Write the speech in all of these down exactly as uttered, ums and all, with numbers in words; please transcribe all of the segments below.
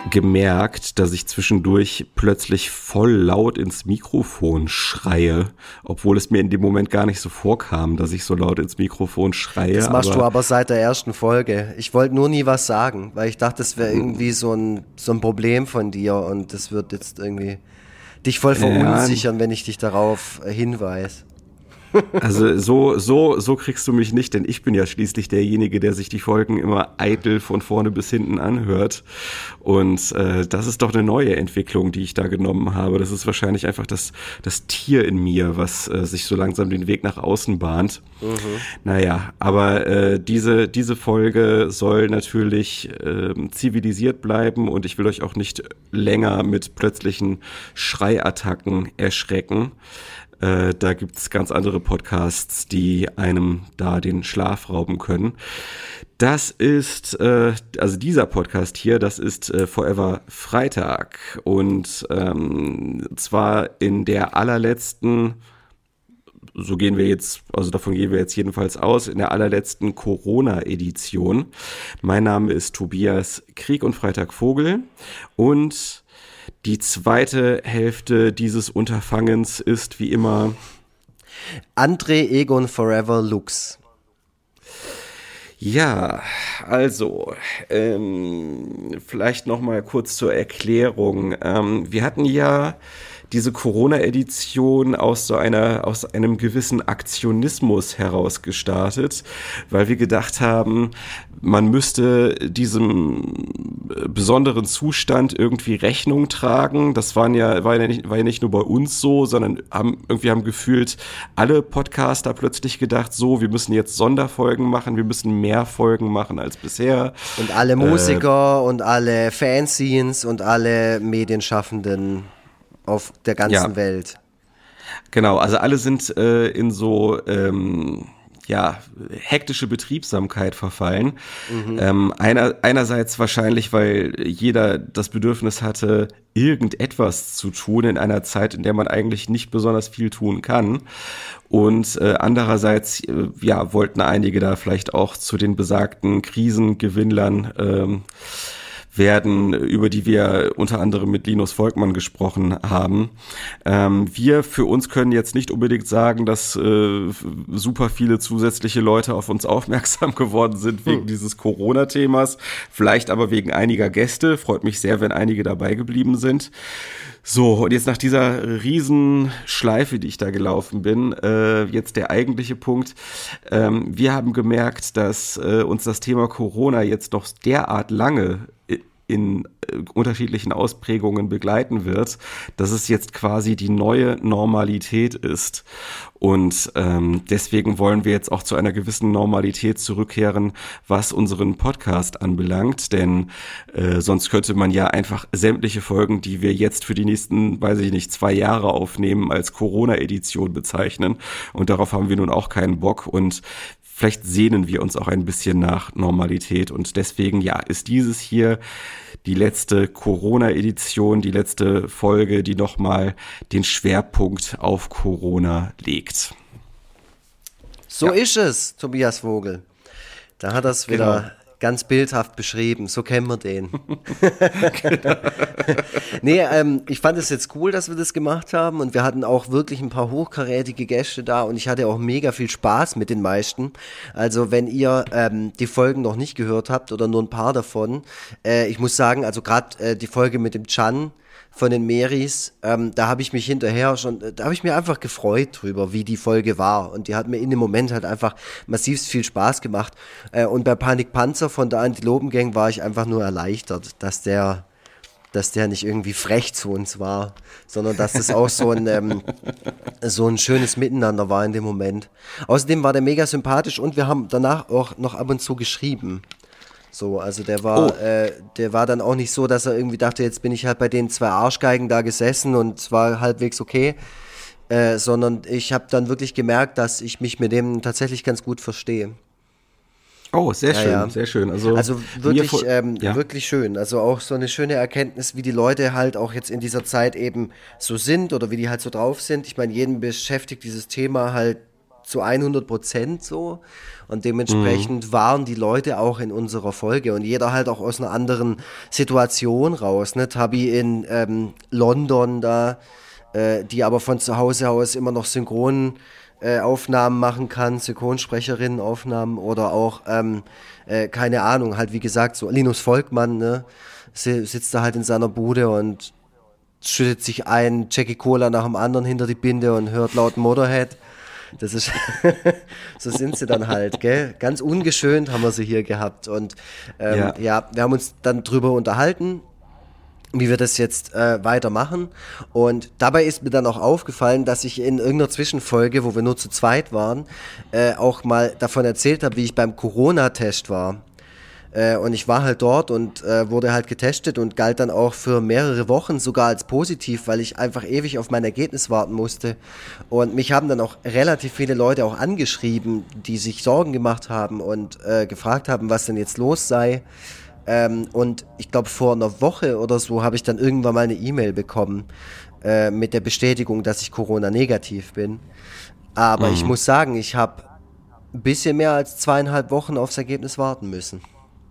gemerkt, dass ich zwischendurch plötzlich voll laut ins Mikrofon schreie, obwohl es mir in dem Moment gar nicht so vorkam, dass ich so laut ins Mikrofon schreie. Das machst aber du aber seit der ersten Folge. Ich wollte nur nie was sagen, weil ich dachte, das wäre irgendwie so ein, so ein Problem von dir und das wird jetzt irgendwie dich voll verunsichern, ja, wenn ich dich darauf hinweise. Also so, so, so kriegst du mich nicht, denn ich bin ja schließlich derjenige, der sich die Folgen immer eitel von vorne bis hinten anhört. Und äh, das ist doch eine neue Entwicklung, die ich da genommen habe. Das ist wahrscheinlich einfach das, das Tier in mir, was äh, sich so langsam den Weg nach außen bahnt. Mhm. Naja, aber äh, diese, diese Folge soll natürlich äh, zivilisiert bleiben und ich will euch auch nicht länger mit plötzlichen Schreiattacken erschrecken. Äh, da gibt's ganz andere Podcasts, die einem da den Schlaf rauben können. Das ist, äh, also dieser Podcast hier, das ist äh, Forever Freitag und ähm, zwar in der allerletzten, so gehen wir jetzt, also davon gehen wir jetzt jedenfalls aus, in der allerletzten Corona-Edition. Mein Name ist Tobias Krieg und Freitag Vogel und die zweite Hälfte dieses Unterfangens ist wie immer André Egon Forever Lux. Ja, also ähm, vielleicht noch mal kurz zur Erklärung. Ähm, wir hatten ja diese Corona-Edition aus so einer, aus einem gewissen Aktionismus heraus gestartet, weil wir gedacht haben, man müsste diesem besonderen Zustand irgendwie Rechnung tragen. Das waren ja, war ja nicht, war ja nicht nur bei uns so, sondern haben, irgendwie haben gefühlt alle Podcaster plötzlich gedacht, so, wir müssen jetzt Sonderfolgen machen, wir müssen mehr Folgen machen als bisher. Und alle Musiker äh, und alle Fanzines und alle Medienschaffenden auf der ganzen ja. Welt. Genau, also alle sind äh, in so ähm, ja hektische Betriebsamkeit verfallen. Mhm. Ähm, einer, einerseits wahrscheinlich, weil jeder das Bedürfnis hatte, irgendetwas zu tun in einer Zeit, in der man eigentlich nicht besonders viel tun kann. Und äh, andererseits äh, ja wollten einige da vielleicht auch zu den besagten Krisengewinnlern ähm, werden, über die wir unter anderem mit Linus Volkmann gesprochen haben. Ähm, wir für uns können jetzt nicht unbedingt sagen, dass äh, super viele zusätzliche Leute auf uns aufmerksam geworden sind wegen hm. dieses Corona-Themas, vielleicht aber wegen einiger Gäste. Freut mich sehr, wenn einige dabei geblieben sind. So, und jetzt nach dieser Riesenschleife, die ich da gelaufen bin, äh, jetzt der eigentliche Punkt. Ähm, wir haben gemerkt, dass äh, uns das Thema Corona jetzt doch derart lange in äh, unterschiedlichen Ausprägungen begleiten wird, dass es jetzt quasi die neue Normalität ist. Und ähm, deswegen wollen wir jetzt auch zu einer gewissen Normalität zurückkehren, was unseren Podcast anbelangt. Denn äh, sonst könnte man ja einfach sämtliche Folgen, die wir jetzt für die nächsten, weiß ich nicht, zwei Jahre aufnehmen, als Corona-Edition bezeichnen. Und darauf haben wir nun auch keinen Bock. Und vielleicht sehnen wir uns auch ein bisschen nach Normalität und deswegen, ja, ist dieses hier die letzte Corona-Edition, die letzte Folge, die nochmal den Schwerpunkt auf Corona legt. So ja. ist es, Tobias Vogel. Da hat er es wieder genau. ganz bildhaft beschrieben, so kennen wir den. Genau. Nee, ähm, ich fand es jetzt cool, dass wir das gemacht haben und wir hatten auch wirklich ein paar hochkarätige Gäste da und ich hatte auch mega viel Spaß mit den meisten. Also wenn ihr ähm, die Folgen noch nicht gehört habt oder nur ein paar davon, äh, ich muss sagen, also gerade äh, die Folge mit dem Can von den Meris, ähm, da habe ich mich hinterher schon, da habe ich mir einfach gefreut drüber, wie die Folge war und die hat mir in dem Moment halt einfach massivst viel Spaß gemacht äh, und bei Panik Panzer von der Antilopengang war ich einfach nur erleichtert, dass der dass der nicht irgendwie frech zu uns war, sondern dass es auch so ein ähm, so ein schönes Miteinander war in dem Moment. Außerdem war der mega sympathisch und wir haben danach auch noch ab und zu geschrieben. So, also der war, oh. äh, der war dann auch nicht so, dass er irgendwie dachte, jetzt bin ich halt bei den zwei Arschgeigen da gesessen und es war halbwegs okay, äh, sondern ich habe dann wirklich gemerkt, dass ich mich mit dem tatsächlich ganz gut verstehe. Oh, sehr ja, schön, ja. sehr schön. Also, also wirklich, vor- ähm, ja. wirklich schön. Also auch so eine schöne Erkenntnis, wie die Leute halt auch jetzt in dieser Zeit eben so sind oder wie die halt so drauf sind. Ich meine, jeden beschäftigt dieses Thema halt zu hundert Prozent so. Und dementsprechend mhm. waren die Leute auch in unserer Folge und jeder halt auch aus einer anderen Situation raus. Ne? Tabi in ähm, London da, äh, die aber von zu Hause aus immer noch Synchron äh, Aufnahmen machen kann, Synchronsprecherinnen-Aufnahmen oder auch, ähm, äh, keine Ahnung, halt wie gesagt, so Linus Volkmann, ne? Sitzt da halt in seiner Bude und schüttet sich ein Jackie Cola nach dem anderen hinter die Binde und hört laut Motorhead. Das ist, so sind sie dann halt, gell? Ganz ungeschönt haben wir sie hier gehabt. Und ähm, ja. ja, wir haben uns dann drüber unterhalten, wie wir das jetzt äh, weitermachen. Und dabei ist mir dann auch aufgefallen, dass ich in irgendeiner Zwischenfolge, wo wir nur zu zweit waren, äh, auch mal davon erzählt habe, wie ich beim Corona-Test war. Äh, und ich war halt dort und äh, wurde halt getestet und galt dann auch für mehrere Wochen sogar als positiv, weil ich einfach ewig auf mein Ergebnis warten musste. Und mich haben dann auch relativ viele Leute auch angeschrieben, die sich Sorgen gemacht haben und äh, gefragt haben, was denn jetzt los sei. Ähm, und ich glaube, vor einer Woche oder so habe ich dann irgendwann mal eine E-Mail bekommen äh, mit der Bestätigung, dass ich Corona-negativ bin. Aber mhm. ich muss sagen, ich habe ein bisschen mehr als zweieinhalb Wochen aufs Ergebnis warten müssen.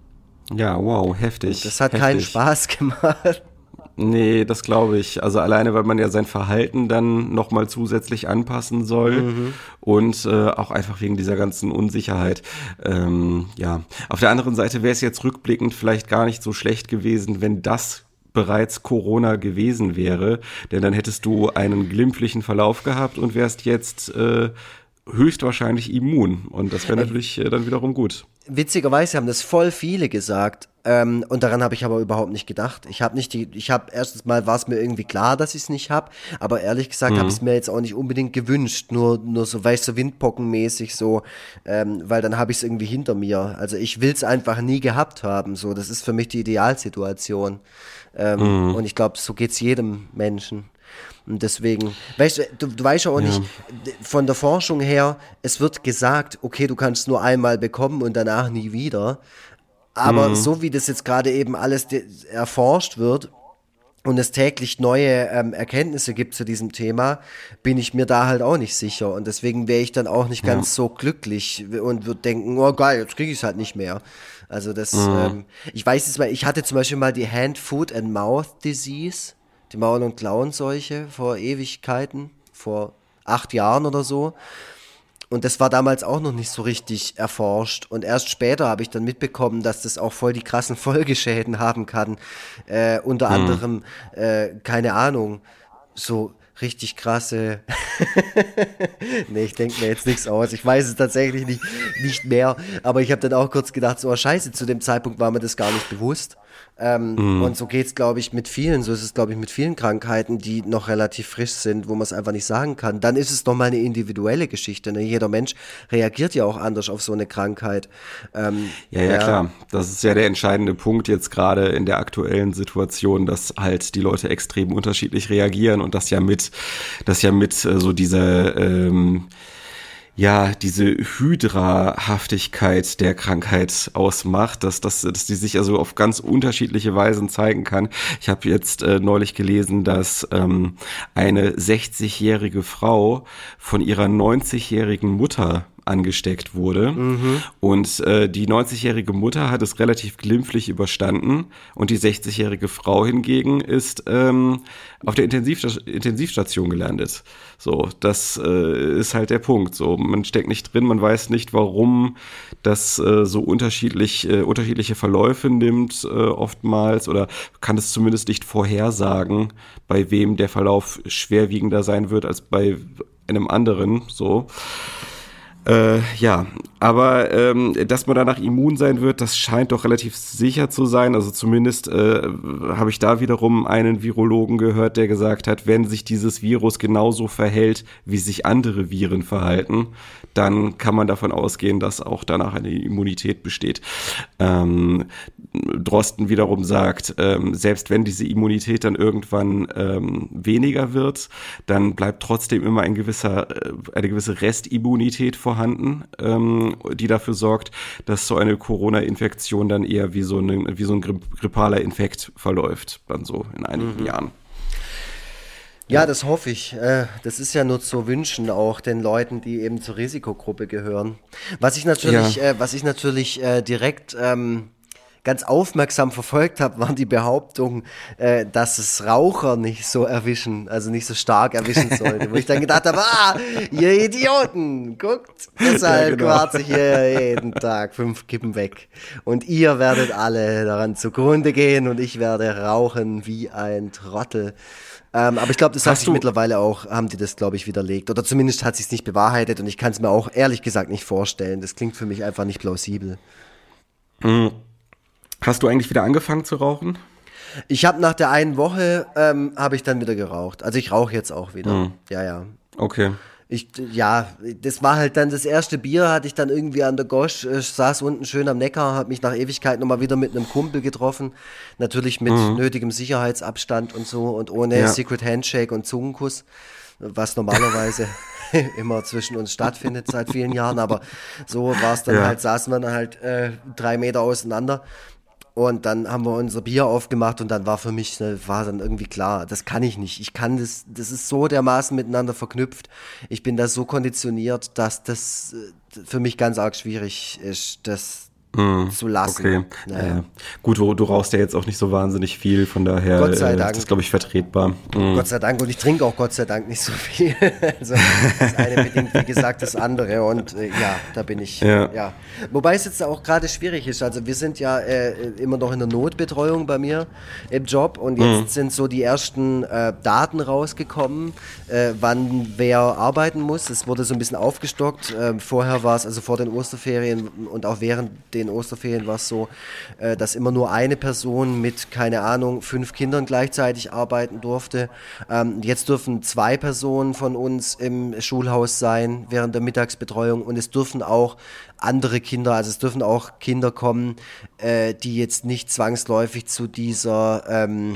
Ja, wow, heftig. Und das hat heftig. keinen Spaß gemacht. Nee, das glaube ich. Also alleine, weil man ja sein Verhalten dann nochmal zusätzlich anpassen soll mhm. und äh, auch einfach wegen dieser ganzen Unsicherheit. Ähm, ja, auf der anderen Seite wäre es jetzt rückblickend vielleicht gar nicht so schlecht gewesen, wenn das bereits Corona gewesen wäre, denn dann hättest du einen glimpflichen Verlauf gehabt und wärst jetzt äh, höchstwahrscheinlich immun und das wäre natürlich äh, dann wiederum gut. Witzigerweise haben das voll viele gesagt ähm, und daran habe ich aber überhaupt nicht gedacht. Ich habe nicht die, ich habe erstens mal war es mir irgendwie klar, dass ich es nicht habe, aber ehrlich gesagt mhm. habe ich es mir jetzt auch nicht unbedingt gewünscht, nur nur so, weißt du, so Windpockenmäßig so, ähm, weil dann habe ich es irgendwie hinter mir. Also ich will es einfach nie gehabt haben. So, das ist für mich die Idealsituation ähm, mhm. und ich glaube, so geht's jedem Menschen. Und deswegen, weißt du, du, du weißt ja auch ja. nicht, von der Forschung her, es wird gesagt, okay, du kannst nur einmal bekommen und danach nie wieder. Aber mhm. so wie das jetzt gerade eben alles de- erforscht wird und es täglich neue ähm, Erkenntnisse gibt zu diesem Thema, bin ich mir da halt auch nicht sicher. Und deswegen wäre ich dann auch nicht ja. ganz so glücklich und würde denken, oh geil, jetzt kriege ich es halt nicht mehr. Also das, mhm. ähm, ich weiß es mal, ich hatte zum Beispiel mal die Hand, Foot and Mouth Disease. Die Maul- und Klauenseuche vor Ewigkeiten, vor acht Jahren oder so. Und das war damals auch noch nicht so richtig erforscht. Und erst später habe ich dann mitbekommen, dass das auch voll die krassen Folgeschäden haben kann. Äh, unter mhm. anderem, äh, keine Ahnung, so richtig krasse... nee, ich denke mir jetzt nichts aus. Ich weiß es tatsächlich nicht, nicht mehr. Aber ich habe dann auch kurz gedacht, so, oh scheiße, zu dem Zeitpunkt war mir das gar nicht bewusst. Ähm, mm. Und so geht's, glaube ich, mit vielen, so ist es, glaube ich, mit vielen Krankheiten, die noch relativ frisch sind, wo man es einfach nicht sagen kann. Dann ist es nochmal eine individuelle Geschichte. Ne? Jeder Mensch reagiert ja auch anders auf so eine Krankheit. Ähm, ja, ja, ja, klar. Das ist ja der entscheidende Punkt jetzt gerade in der aktuellen Situation, dass halt die Leute extrem unterschiedlich reagieren und das ja mit, das ja mit äh, so dieser, ähm, ja, diese Hydra-Haftigkeit der Krankheit ausmacht, dass, dass, dass die sich also auf ganz unterschiedliche Weisen zeigen kann. Ich habe jetzt äh, neulich gelesen, dass ähm, eine sechzigjährige Frau von ihrer neunzigjährigen Mutter angesteckt wurde. Mhm. Und äh, die neunzigjährige Mutter hat es relativ glimpflich überstanden und die sechzigjährige Frau hingegen ist ähm, auf der Intensivsta- Intensivstation gelandet. So, das äh, ist halt der Punkt. So, man steckt nicht drin, man weiß nicht, warum das äh, so unterschiedlich äh, unterschiedliche Verläufe nimmt äh, oftmals oder kann es zumindest nicht vorhersagen, bei wem der Verlauf schwerwiegender sein wird als bei einem anderen. So. Äh, ja, aber ähm, dass man danach immun sein wird, das scheint doch relativ sicher zu sein. Also zumindest äh, habe ich da wiederum einen Virologen gehört, der gesagt hat, wenn sich dieses Virus genauso verhält, wie sich andere Viren verhalten, dann kann man davon ausgehen, dass auch danach eine Immunität besteht. Ähm, Drosten wiederum sagt, ähm, selbst wenn diese Immunität dann irgendwann ähm, weniger wird, dann bleibt trotzdem immer ein gewisser, äh, eine gewisse Restimmunität vorhanden, ähm, die dafür sorgt, dass so eine Corona-Infektion dann eher wie so, eine, wie so ein grippaler Infekt verläuft, dann so in einigen mhm. Jahren. Ja, das hoffe ich. Äh, Das ist ja nur zu wünschen, auch den Leuten, die eben zur Risikogruppe gehören. Was ich natürlich, Ja. äh, was ich natürlich äh, direkt ähm, ganz aufmerksam verfolgt habe, waren die Behauptungen, äh, dass es Raucher nicht so erwischen, also nicht so stark erwischen sollte. Wo ich dann gedacht habe, ah, ihr Idioten, guckt, deshalb Ja, genau. quatsch ich hier jeden Tag fünf Kippen weg. Und ihr werdet alle daran zugrunde gehen und ich werde rauchen wie ein Trottel. Ähm, aber ich glaube, das hat Hast sich du, mittlerweile auch, haben die das, glaube ich, widerlegt. Oder zumindest hat sich es nicht bewahrheitet und ich kann es mir auch ehrlich gesagt nicht vorstellen. Das klingt für mich einfach nicht plausibel. mh, hast du eigentlich wieder angefangen zu rauchen? Ich habe nach der einen Woche, ähm, habe ich dann wieder geraucht. Also ich rauche jetzt auch wieder. Ja, ja. Okay. Ich, ja, das war halt dann das erste Bier, hatte ich dann irgendwie an der Gosch, äh, saß unten schön am Neckar, habe mich nach Ewigkeit nochmal wieder mit einem Kumpel getroffen. Natürlich mit nötigem Sicherheitsabstand und so und ohne Ja. Secret Handshake und Zungenkuss, was normalerweise immer zwischen uns stattfindet seit vielen Jahren. Aber so war es dann Ja. halt, saßen wir dann halt äh, drei Meter auseinander. Und dann haben wir unser Bier aufgemacht und dann war für mich, ne, war dann irgendwie klar, das kann ich nicht. Ich kann das, das ist so dermaßen miteinander verknüpft. Ich bin da so konditioniert, dass das äh, für mich ganz arg schwierig ist, das zu lassen. Okay. Naja. Äh, gut, du, du rauchst ja jetzt auch nicht so wahnsinnig viel, von daher Gott sei äh, Dank. ist das, glaube ich, vertretbar. Mhm. Gott sei Dank. Und ich trinke auch Gott sei Dank nicht so viel. Also das eine bedingt, wie gesagt, das andere. Und äh, ja, da bin ich. Ja. Ja. Wobei es jetzt auch gerade schwierig ist. Also wir sind ja äh, immer noch in der Notbetreuung bei mir im Job. Und jetzt Mhm. sind so die ersten äh, Daten rausgekommen, äh, wann wer arbeiten muss. Es wurde so ein bisschen aufgestockt. Ähm, vorher war es, also vor den Osterferien und auch während den Osterferien war es so, äh, dass immer nur eine Person mit, keine Ahnung, fünf Kindern gleichzeitig arbeiten durfte. Ähm, jetzt dürfen zwei Personen von uns im Schulhaus sein während der Mittagsbetreuung und es dürfen auch andere Kinder, also es dürfen auch Kinder kommen, äh, die jetzt nicht zwangsläufig zu dieser ähm,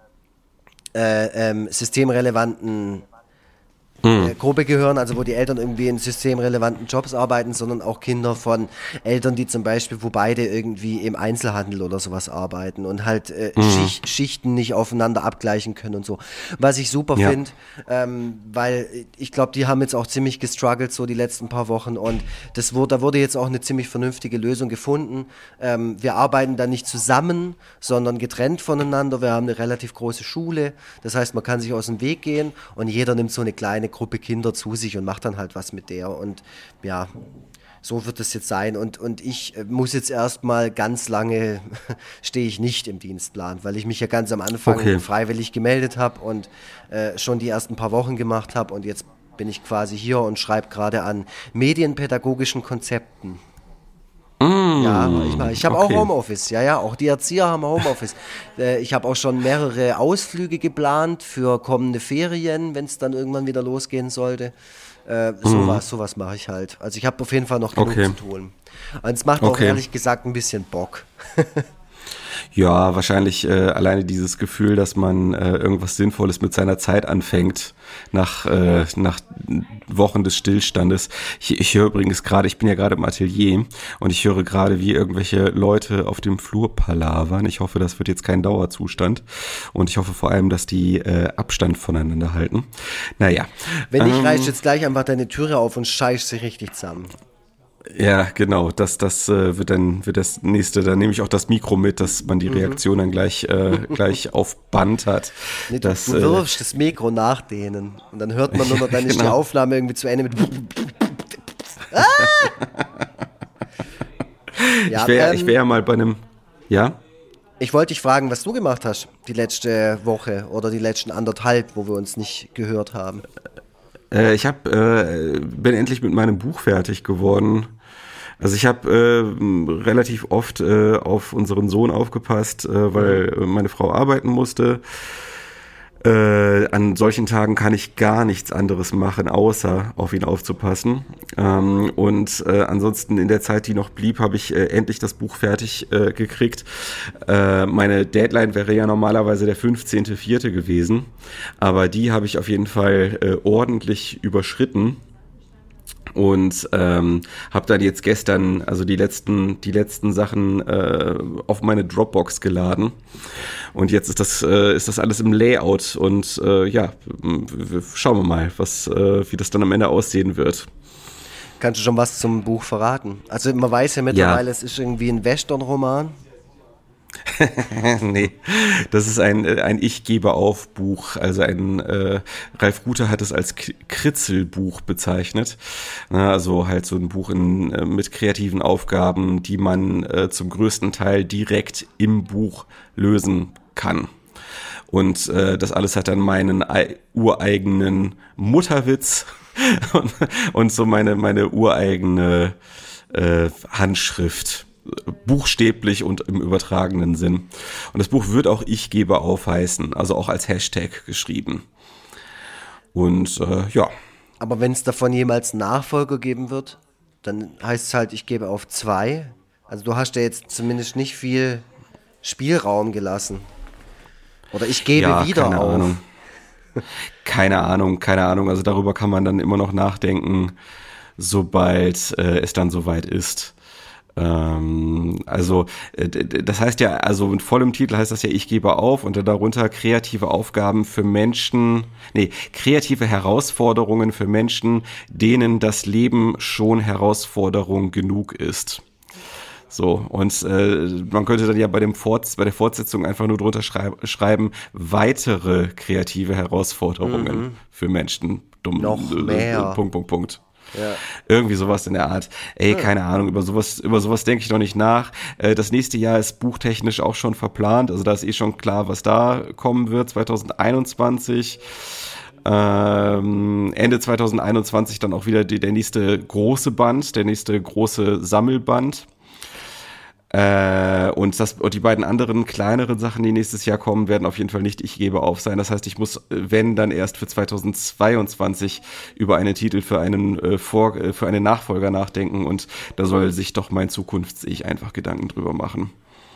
äh, ähm, systemrelevanten äh, Gruppe gehören, also wo die Eltern irgendwie in systemrelevanten Jobs arbeiten, sondern auch Kinder von Eltern, die zum Beispiel, wo beide irgendwie im Einzelhandel oder sowas arbeiten und halt äh, Schicht, Schichten nicht aufeinander abgleichen können und so. Was ich super Ja. finde, ähm, weil ich glaube, die haben jetzt auch ziemlich gestruggelt so die letzten paar Wochen und das wurde, da wurde jetzt auch eine ziemlich vernünftige Lösung gefunden. Ähm, wir arbeiten da nicht zusammen, sondern getrennt voneinander. Wir haben eine relativ große Schule, das heißt, man kann sich aus dem Weg gehen und jeder nimmt so eine kleine Gruppe Kinder zu sich und macht dann halt was mit der und ja, so wird es jetzt sein und, und ich äh, muss jetzt erstmal ganz lange, stehe ich nicht im Dienstplan, weil ich mich ja ganz am Anfang Okay. freiwillig gemeldet habe und äh, schon die ersten paar Wochen gemacht habe und jetzt bin ich quasi hier und schreibe gerade an medienpädagogischen Konzepten. Ja, ich, mach- ich habe okay. auch Homeoffice, ja, ja, auch die Erzieher haben Homeoffice. Äh, ich habe auch schon mehrere Ausflüge geplant für kommende Ferien, wenn es dann irgendwann wieder losgehen sollte. Äh, sowas, sowas mache ich halt. Also ich habe auf jeden Fall noch genug Okay. zu tun. Und es macht auch Okay. ehrlich gesagt ein bisschen Bock. Ja, wahrscheinlich äh, alleine dieses Gefühl, dass man äh, irgendwas Sinnvolles mit seiner Zeit anfängt nach, äh, nach Wochen des Stillstandes. Ich, ich höre übrigens gerade, ich bin ja gerade im Atelier und ich höre gerade, wie irgendwelche Leute auf dem Flur palavern. Ich hoffe, das wird jetzt kein Dauerzustand und ich hoffe vor allem, dass die äh, Abstand voneinander halten. Naja. Wenn nicht, ähm, reißt jetzt gleich einfach deine Türe auf und scheißt sie richtig zusammen. Ja, genau, das, das äh, wird dann wird das nächste, dann nehme ich auch das Mikro mit, dass man die Reaktion dann gleich, äh, gleich auf Band hat. Nee, du, Das, du äh, wirfst das Mikro nach denen und dann hört man nur noch, dann ist die Genau. Aufnahme irgendwie zu Ende mit ah! Ja, ich wäre ähm, ich wär ja mal bei einem, ja? Ich wollte dich fragen, was du gemacht hast die letzte Woche oder die letzten anderthalb, wo wir uns nicht gehört haben. Äh, ich hab, äh, bin endlich mit meinem Buch fertig geworden. Also ich habe äh, relativ oft äh, auf unseren Sohn aufgepasst, äh, weil äh, meine Frau arbeiten musste. Äh, an solchen Tagen kann ich gar nichts anderes machen, außer auf ihn aufzupassen. Ähm, und äh, ansonsten in der Zeit, die noch blieb, habe ich äh, endlich das Buch fertig äh, gekriegt. Äh, meine Deadline wäre ja normalerweise der fünfzehnte vierte gewesen, aber die habe ich auf jeden Fall äh, ordentlich überschritten. Und ähm, habe dann jetzt gestern, also die letzten, die letzten Sachen äh, auf meine Dropbox geladen. Und jetzt ist das, äh, ist das alles im Layout. Und äh, ja, schauen wir mal, was, äh, wie das dann am Ende aussehen wird. Kannst du schon was zum Buch verraten? Also man weiß ja mittlerweile, Ja. es ist irgendwie ein Western-Roman. Nee, das ist ein, ein Ich-gebe-auf-Buch. Also ein äh, Ralf Rute hat es als K- Kritzelbuch bezeichnet. Na, also halt so ein Buch in, äh, mit kreativen Aufgaben, die man äh, zum größten Teil direkt im Buch lösen kann. Und äh, das alles hat dann meinen ei- ureigenen Mutterwitz und, und so meine, meine ureigene äh, Handschrift. Buchstäblich und im übertragenen Sinn. Und das Buch wird auch Ich gebe auf heißen, also auch als Hashtag geschrieben. Und äh, ja. Aber wenn es davon jemals einen Nachfolger geben wird, dann heißt es halt, ich gebe auf zwei. Also du hast ja jetzt zumindest nicht viel Spielraum gelassen. Oder ich gebe ja, wieder keine auf. Ahnung. Keine Ahnung, keine Ahnung. Also darüber kann man dann immer noch nachdenken, sobald äh, es dann soweit ist. Ähm, also äh, das heißt ja, also mit vollem Titel heißt das ja, ich gebe auf und darunter kreative Aufgaben für Menschen, nee, kreative Herausforderungen für Menschen, denen das Leben schon Herausforderung genug ist. So, und äh, man könnte dann ja bei dem Forts- bei der Fortsetzung einfach nur drunter schrei- schreiben, weitere kreative Herausforderungen mhm. für Menschen. Dumm, Noch mehr. Punkt, Punkt, Punkt. Ja. Irgendwie sowas in der Art. Ey, hm. keine Ahnung, über sowas, über sowas denke ich noch nicht nach. Äh, das nächste Jahr ist buchtechnisch auch schon verplant, also da ist eh schon klar, was da kommen wird, zwanzig einundzwanzig. Ähm, Ende zwanzig einundzwanzig dann auch wieder die, der nächste große Band, der nächste große Sammelband. Äh, und, das, und die beiden anderen kleineren Sachen, die nächstes Jahr kommen, werden auf jeden Fall nicht Ich gebe auf sein. Das heißt, ich muss, wenn, dann erst für zwanzig zweiundzwanzig über einen Titel für einen, äh, Vor, äh, für einen Nachfolger nachdenken. Und da soll sich doch mein Zukunfts-Ich einfach Gedanken drüber machen.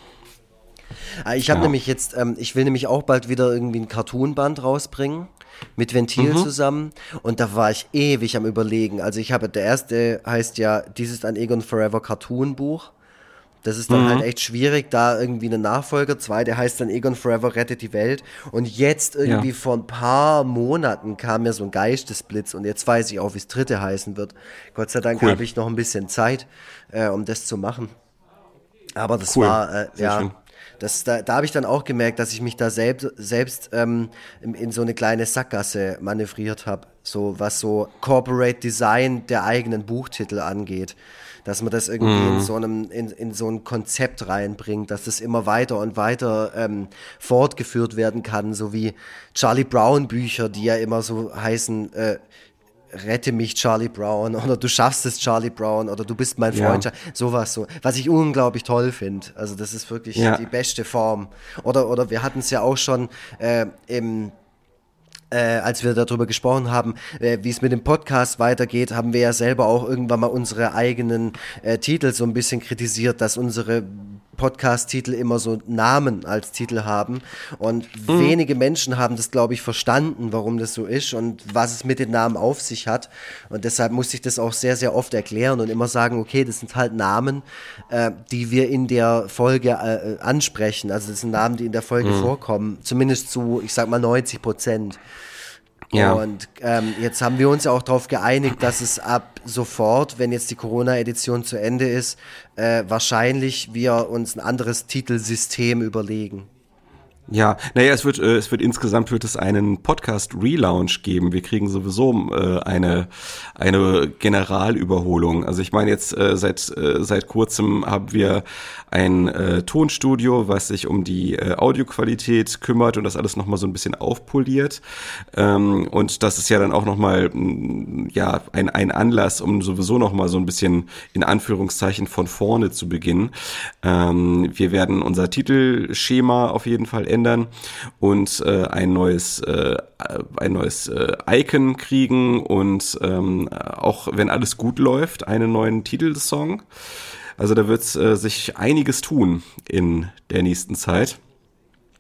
Ich habe ja. nämlich jetzt, ähm, ich will nämlich auch bald wieder irgendwie ein Cartoon-Band rausbringen. Mit Ventil mhm. zusammen. Und da war ich ewig am Überlegen. Also ich habe, der erste heißt ja, dies ist ein Egon Forever Cartoon-Buch. Das ist dann mhm. halt echt schwierig, da irgendwie einen Nachfolger. Zwei, der heißt dann Egon Forever rettet die Welt. Und jetzt irgendwie ja. vor ein paar Monaten kam mir so ein Geistesblitz und jetzt weiß ich auch, wie das dritte heißen wird. Gott sei Dank cool. habe ich noch ein bisschen Zeit, äh, um das zu machen. Aber das cool. war, äh, ja, schön. Das, da, da habe ich dann auch gemerkt, dass ich mich da selbst, selbst ähm, in, in so eine kleine Sackgasse manövriert habe. So was so Corporate Design der eigenen Buchtitel angeht. Dass man das irgendwie mm. in so einem in, in so ein Konzept reinbringt, dass das immer weiter und weiter ähm, fortgeführt werden kann, so wie Charlie Brown Bücher, die ja immer so heißen, äh, rette mich Charlie Brown oder du schaffst es Charlie Brown oder du bist mein Freund, ja. sowas so, was ich unglaublich toll finde. Also das ist wirklich ja. die beste Form. Oder oder wir hatten es ja auch schon äh, im Äh, als wir darüber gesprochen haben, äh, wie es mit dem Podcast weitergeht, haben wir ja selber auch irgendwann mal unsere eigenen äh, Titel so ein bisschen kritisiert, dass unsere Podcast-Titel immer so Namen als Titel haben und mhm. wenige Menschen haben das, glaube ich, verstanden, warum das so ist und was es mit den Namen auf sich hat und deshalb musste ich das auch sehr, sehr oft erklären und immer sagen, okay, das sind halt Namen, äh, die wir in der Folge äh, ansprechen, also das sind Namen, die in der Folge mhm. vorkommen, zumindest zu, ich sag mal, neunzig Prozent. Ja. Und ähm, jetzt haben wir uns ja auch darauf geeinigt, dass es ab sofort, wenn jetzt die Corona-Edition zu Ende ist, äh, wahrscheinlich wir uns ein anderes Titelsystem überlegen. Ja, naja, es wird, äh, es wird insgesamt wird es einen Podcast-Relaunch geben. Wir kriegen sowieso äh, eine eine Generalüberholung. Also ich meine jetzt äh, seit äh, seit kurzem haben wir ein äh, Tonstudio, was sich um die äh, Audioqualität kümmert und das alles nochmal so ein bisschen aufpoliert. Ähm, und das ist ja dann auch nochmal ja ein ein Anlass, um sowieso nochmal so ein bisschen in Anführungszeichen von vorne zu beginnen. Ähm, wir werden unser Titelschema auf jeden Fall ändern. ändern und äh, ein neues äh, ein neues äh, Icon kriegen und ähm, auch wenn alles gut läuft, einen neuen Titelsong. Also da wird äh, sich einiges tun in der nächsten Zeit.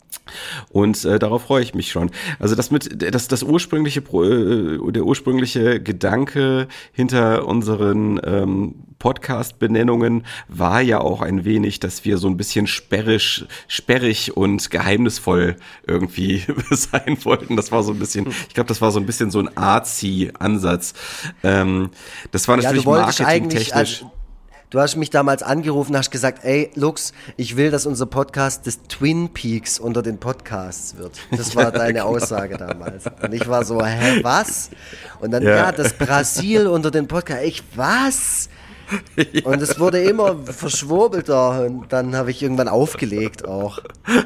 Und äh, darauf freue ich mich schon. Also das mit das das ursprüngliche äh, der ursprüngliche Gedanke hinter unseren ähm, Podcast-Benennungen war ja auch ein wenig, dass wir so ein bisschen sperrig, sperrig und geheimnisvoll irgendwie sein wollten. Das war so ein bisschen, ich glaube, das war so ein bisschen so ein artsy-Ansatz. Ähm, das war natürlich ja, marketingtechnisch. Du hast mich damals angerufen, hast gesagt, ey, Lux, ich will, dass unser Podcast des Twin Peaks unter den Podcasts wird. Das war ja, deine genau. Aussage damals. Und ich war so, hä, was? Und dann, ja, ja das Brasil unter den Podcasts. Ich, was? Ja. Und es wurde immer verschwurbelter. Und dann habe ich irgendwann aufgelegt auch.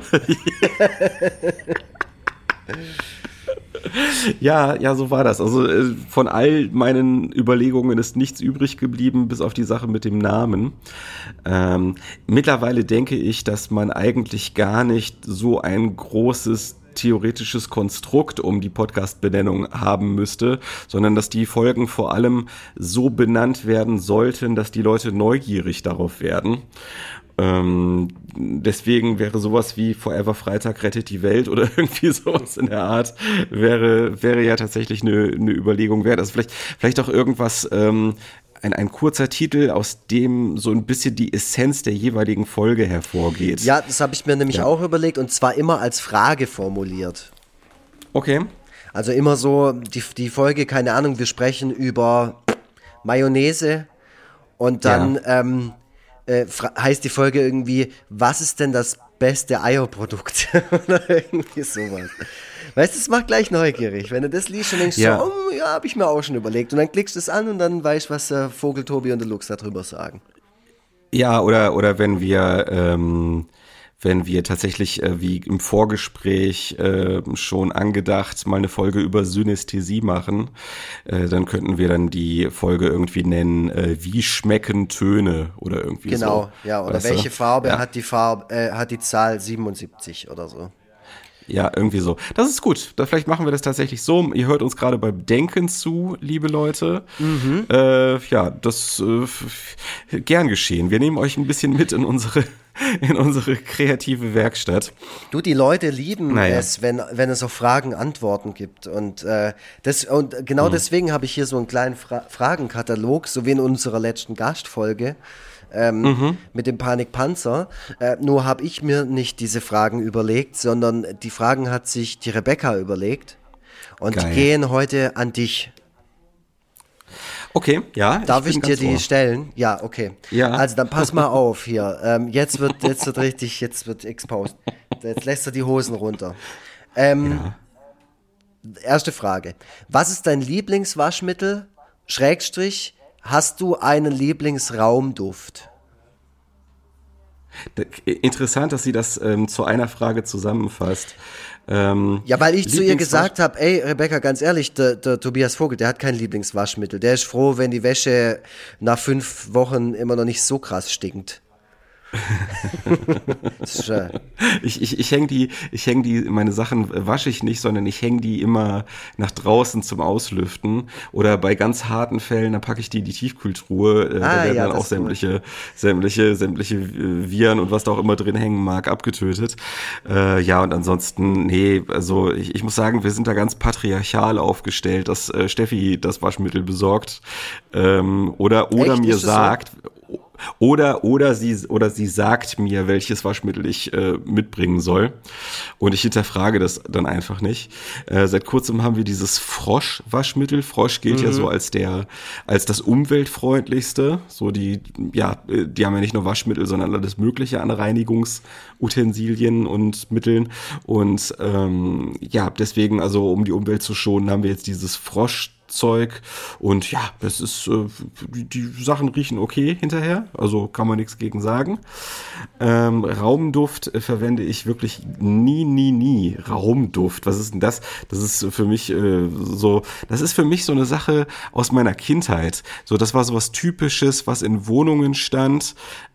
Ja, ja, so war das. Also äh, von all meinen Überlegungen ist nichts übrig geblieben, bis auf die Sache mit dem Namen. Ähm, mittlerweile denke ich, dass man eigentlich gar nicht so ein großes theoretisches Konstrukt um die Podcast-Benennung haben müsste, sondern dass die Folgen vor allem so benannt werden sollten, dass die Leute neugierig darauf werden. Ähm, deswegen wäre sowas wie Forever Freitag rettet die Welt oder irgendwie sowas in der Art wäre wäre ja tatsächlich eine, eine Überlegung wert. Also vielleicht vielleicht auch irgendwas, ähm, ein, ein kurzer Titel, aus dem so ein bisschen die Essenz der jeweiligen Folge hervorgeht. Ja, das habe ich mir nämlich ja. auch überlegt und zwar immer als Frage formuliert. Okay. Also immer so die, die Folge, keine Ahnung, wir sprechen über Mayonnaise und dann ja. ähm, Äh, heißt die Folge irgendwie, was ist denn das beste Eierprodukt? Oder irgendwie sowas. Weißt du, das macht gleich neugierig. Wenn du das liest und denkst ja. so, oh, ja, habe ich mir auch schon überlegt. Und dann klickst du es an und dann weißt du, was der Vogel Tobi und der Lux darüber sagen. Ja, oder, oder wenn wir, ähm, wenn wir tatsächlich, äh, wie im Vorgespräch äh, schon angedacht, mal eine Folge über Synästhesie machen, äh, dann könnten wir dann die Folge irgendwie nennen, äh, wie schmecken Töne oder irgendwie genau, so. Genau, ja, oder weißt welche du? Farbe ja. hat die Farbe, äh, hat die Zahl siebenundsiebzig oder so. Ja, irgendwie so. Das ist gut. Da, vielleicht machen wir das tatsächlich so. Ihr hört uns gerade beim Denken zu, liebe Leute. Mhm. Äh, ja, das äh, gern geschehen. Wir nehmen euch ein bisschen mit in unsere in unsere kreative Werkstatt. Du, die Leute lieben naja. es, wenn, wenn es auf Fragen Antworten gibt. Und, äh, das, und genau mhm. deswegen habe ich hier so einen kleinen Fra- Fragenkatalog, so wie in unserer letzten Gastfolge. Ähm, mhm. mit dem Panikpanzer. Äh, nur habe ich mir nicht diese Fragen überlegt, sondern die Fragen hat sich die Rebecca überlegt und Geil. gehen heute an dich. Okay, ja. Darf ich, ich dir die ohr. stellen? Ja, okay. Ja. Also dann pass mal auf hier. Ähm, jetzt wird jetzt wird richtig, jetzt wird exposed. Jetzt lässt er die Hosen runter. Ähm, ja. Erste Frage. Was ist dein Lieblingswaschmittel? Schrägstrich. Hast du einen Lieblingsraumduft? Interessant, dass sie das ähm, zu einer Frage zusammenfasst. Ähm, ja, weil ich zu ihr gesagt habe, ey, Rebecca, ganz ehrlich, der, der Tobias Vogel, der hat kein Lieblingswaschmittel. Der ist froh, wenn die Wäsche nach fünf Wochen immer noch nicht so krass stinkt. ich ich, ich hänge die, ich häng die, meine Sachen wasche ich nicht, sondern ich hänge die immer nach draußen zum Auslüften oder bei ganz harten Fällen, da packe ich die in die Tiefkühltruhe, äh, ah, da werden ja, dann auch sämtliche, sämtliche, sämtliche Viren und was da auch immer drin hängen mag, abgetötet. Äh, ja, und ansonsten, nee, also ich, ich muss sagen, wir sind da ganz patriarchal aufgestellt, dass äh, Steffi das Waschmittel besorgt ähm, oder, oder Echt? mir sagt, so? Oder oder sie oder sie sagt mir, welches Waschmittel ich äh, mitbringen soll, und ich hinterfrage das dann einfach nicht. Äh, seit kurzem haben wir dieses Frosch-Waschmittel. Frosch gilt mhm. ja so als der als das umweltfreundlichste. So die ja die haben ja nicht nur Waschmittel, sondern alles Mögliche an Reinigungsutensilien und Mitteln. Und ähm, ja deswegen, also um die Umwelt zu schonen, haben wir jetzt dieses Frosch Zeug, und ja, das ist, äh, die, die Sachen riechen okay hinterher, also kann man nichts gegen sagen. Ähm, Raumduft äh, verwende ich wirklich nie, nie, nie. Raumduft, was ist denn das? Das ist für mich äh, so, das ist für mich so eine Sache aus meiner Kindheit. So, das war so was Typisches, was in Wohnungen stand.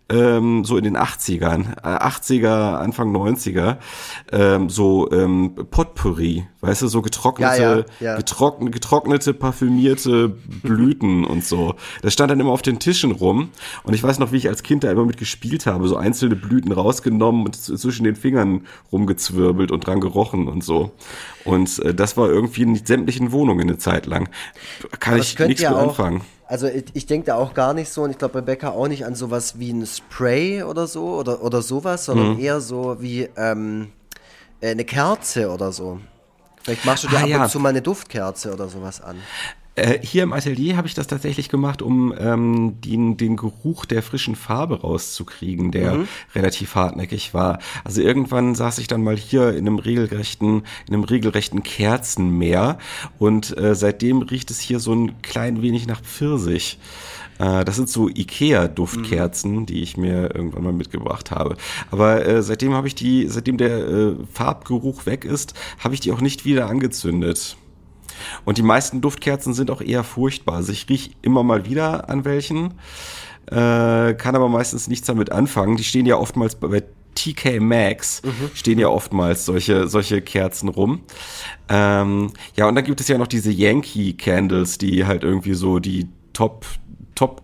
ähm, so in den achtzigern, äh, achtziger, Anfang neunziger, ähm, so ähm, Potpourri, weißt du, so getrocknete, Ja, ja, ja. getrockn- getrocknete, parfümierte Blüten und so. Das stand dann immer auf den Tischen rum und ich weiß noch, wie ich als Kind da immer mit gespielt habe, so einzelne Blüten rausgenommen und z- zwischen den Fingern rumgezwirbelt und dran gerochen und so. Und äh, das war irgendwie in sämtlichen Wohnungen eine Zeit lang. Kann Aber ich es könnte nichts ja mit auch, anfangen. also ich, ich denke da auch gar nicht so und ich glaube Rebecca auch nicht an sowas wie ein Spray oder so oder, oder sowas, sondern Mhm. eher so wie ähm, äh, eine Kerze oder so. Vielleicht machst du dir Ah, ab ja. und zu mal eine Duftkerze oder sowas an. Äh, hier im Atelier habe ich das tatsächlich gemacht, um ähm, den, den Geruch der frischen Farbe rauszukriegen, der Mhm. relativ hartnäckig war. Also irgendwann saß ich dann mal hier in einem regelrechten, in einem regelrechten Kerzenmeer und äh, seitdem riecht es hier so ein klein wenig nach Pfirsich. Äh, Das sind so Ikea-Duftkerzen, die ich mir irgendwann mal mitgebracht habe. Aber äh, seitdem habe ich die, seitdem der äh, Farbgeruch weg ist, habe ich die auch nicht wieder angezündet. Und die meisten Duftkerzen sind auch eher furchtbar. Also ich rieche immer mal wieder an welchen, äh, kann aber meistens nichts damit anfangen. Die stehen ja oftmals bei T K Maxx, stehen ja oftmals solche, solche Kerzen rum. Ähm, ja, und dann gibt es ja noch diese Yankee Candles, die halt irgendwie so die Top, Top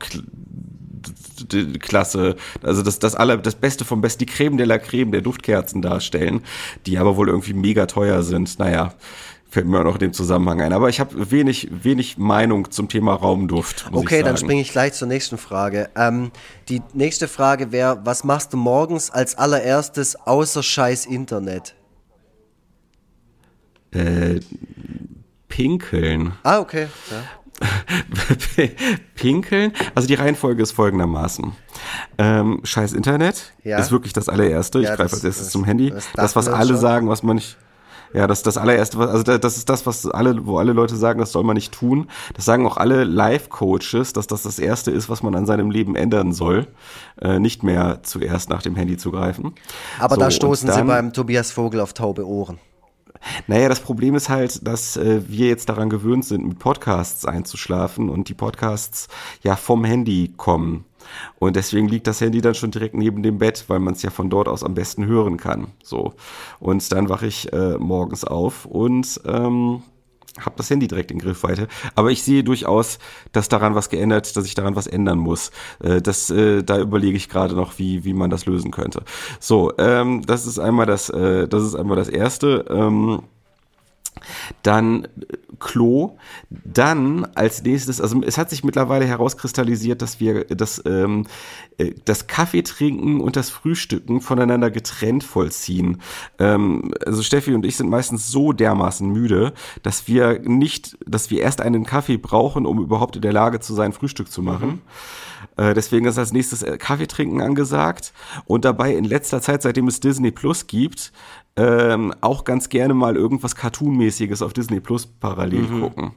Klasse, also das, das aller, das Beste vom Besten, die Creme de la Creme der Duftkerzen darstellen, die aber wohl irgendwie mega teuer sind. Naja, fällt mir auch noch in dem Zusammenhang ein. Aber ich habe wenig, wenig Meinung zum Thema Raumduft, muss Okay, ich dann sagen. springe ich gleich zur nächsten Frage. Ähm, die nächste Frage wäre, was machst du morgens als allererstes außer scheiß Internet? Äh, pinkeln. Ah, okay. Ja. Pinkeln? Also die Reihenfolge ist folgendermaßen. Ähm, scheiß Internet Ja. ist wirklich das allererste. Ich Ja, greife das- als erstes das- zum Handy. das Das, was dachten wir alle schon. sagen, was man nicht... Ja, das das allererste, was- also da- das ist das, was alle, wo alle Leute sagen, das soll man nicht tun. Das sagen auch alle Life-Coaches, dass das das Erste ist, was man an seinem Leben ändern soll, äh, nicht mehr zuerst nach dem Handy zu greifen. Aber So, da und stoßen sie dann- beim Tobias Vogel auf taube Ohren. Naja, das Problem ist halt, dass äh, wir jetzt daran gewöhnt sind, mit Podcasts einzuschlafen und die Podcasts ja vom Handy kommen. Und deswegen liegt das Handy dann schon direkt neben dem Bett, weil man es ja von dort aus am besten hören kann. So. Und dann wache ich äh, morgens auf und ähm, habe das Handy direkt in Griffweite. Aber ich sehe durchaus, dass daran was geändert, dass ich daran was ändern muss. Äh, das, äh, da überlege ich gerade noch, wie wie man das lösen könnte. So, ähm, das ist einmal das, äh, das ist einmal das Erste. Ähm, dann äh, Klo, dann als nächstes, also es hat sich mittlerweile herauskristallisiert, dass wir das, ähm, äh, das Kaffeetrinken und das Frühstücken voneinander getrennt vollziehen. Ähm, also Steffi und ich sind meistens so dermaßen müde, dass wir nicht, dass wir erst einen Kaffee brauchen, um überhaupt in der Lage zu sein, Frühstück zu machen. Äh, deswegen ist als nächstes äh, Kaffee trinken angesagt und dabei in letzter Zeit, seitdem es Disney Plus gibt, ähm, auch ganz gerne mal irgendwas Cartoonmäßiges auf Disney Plus parallel gucken.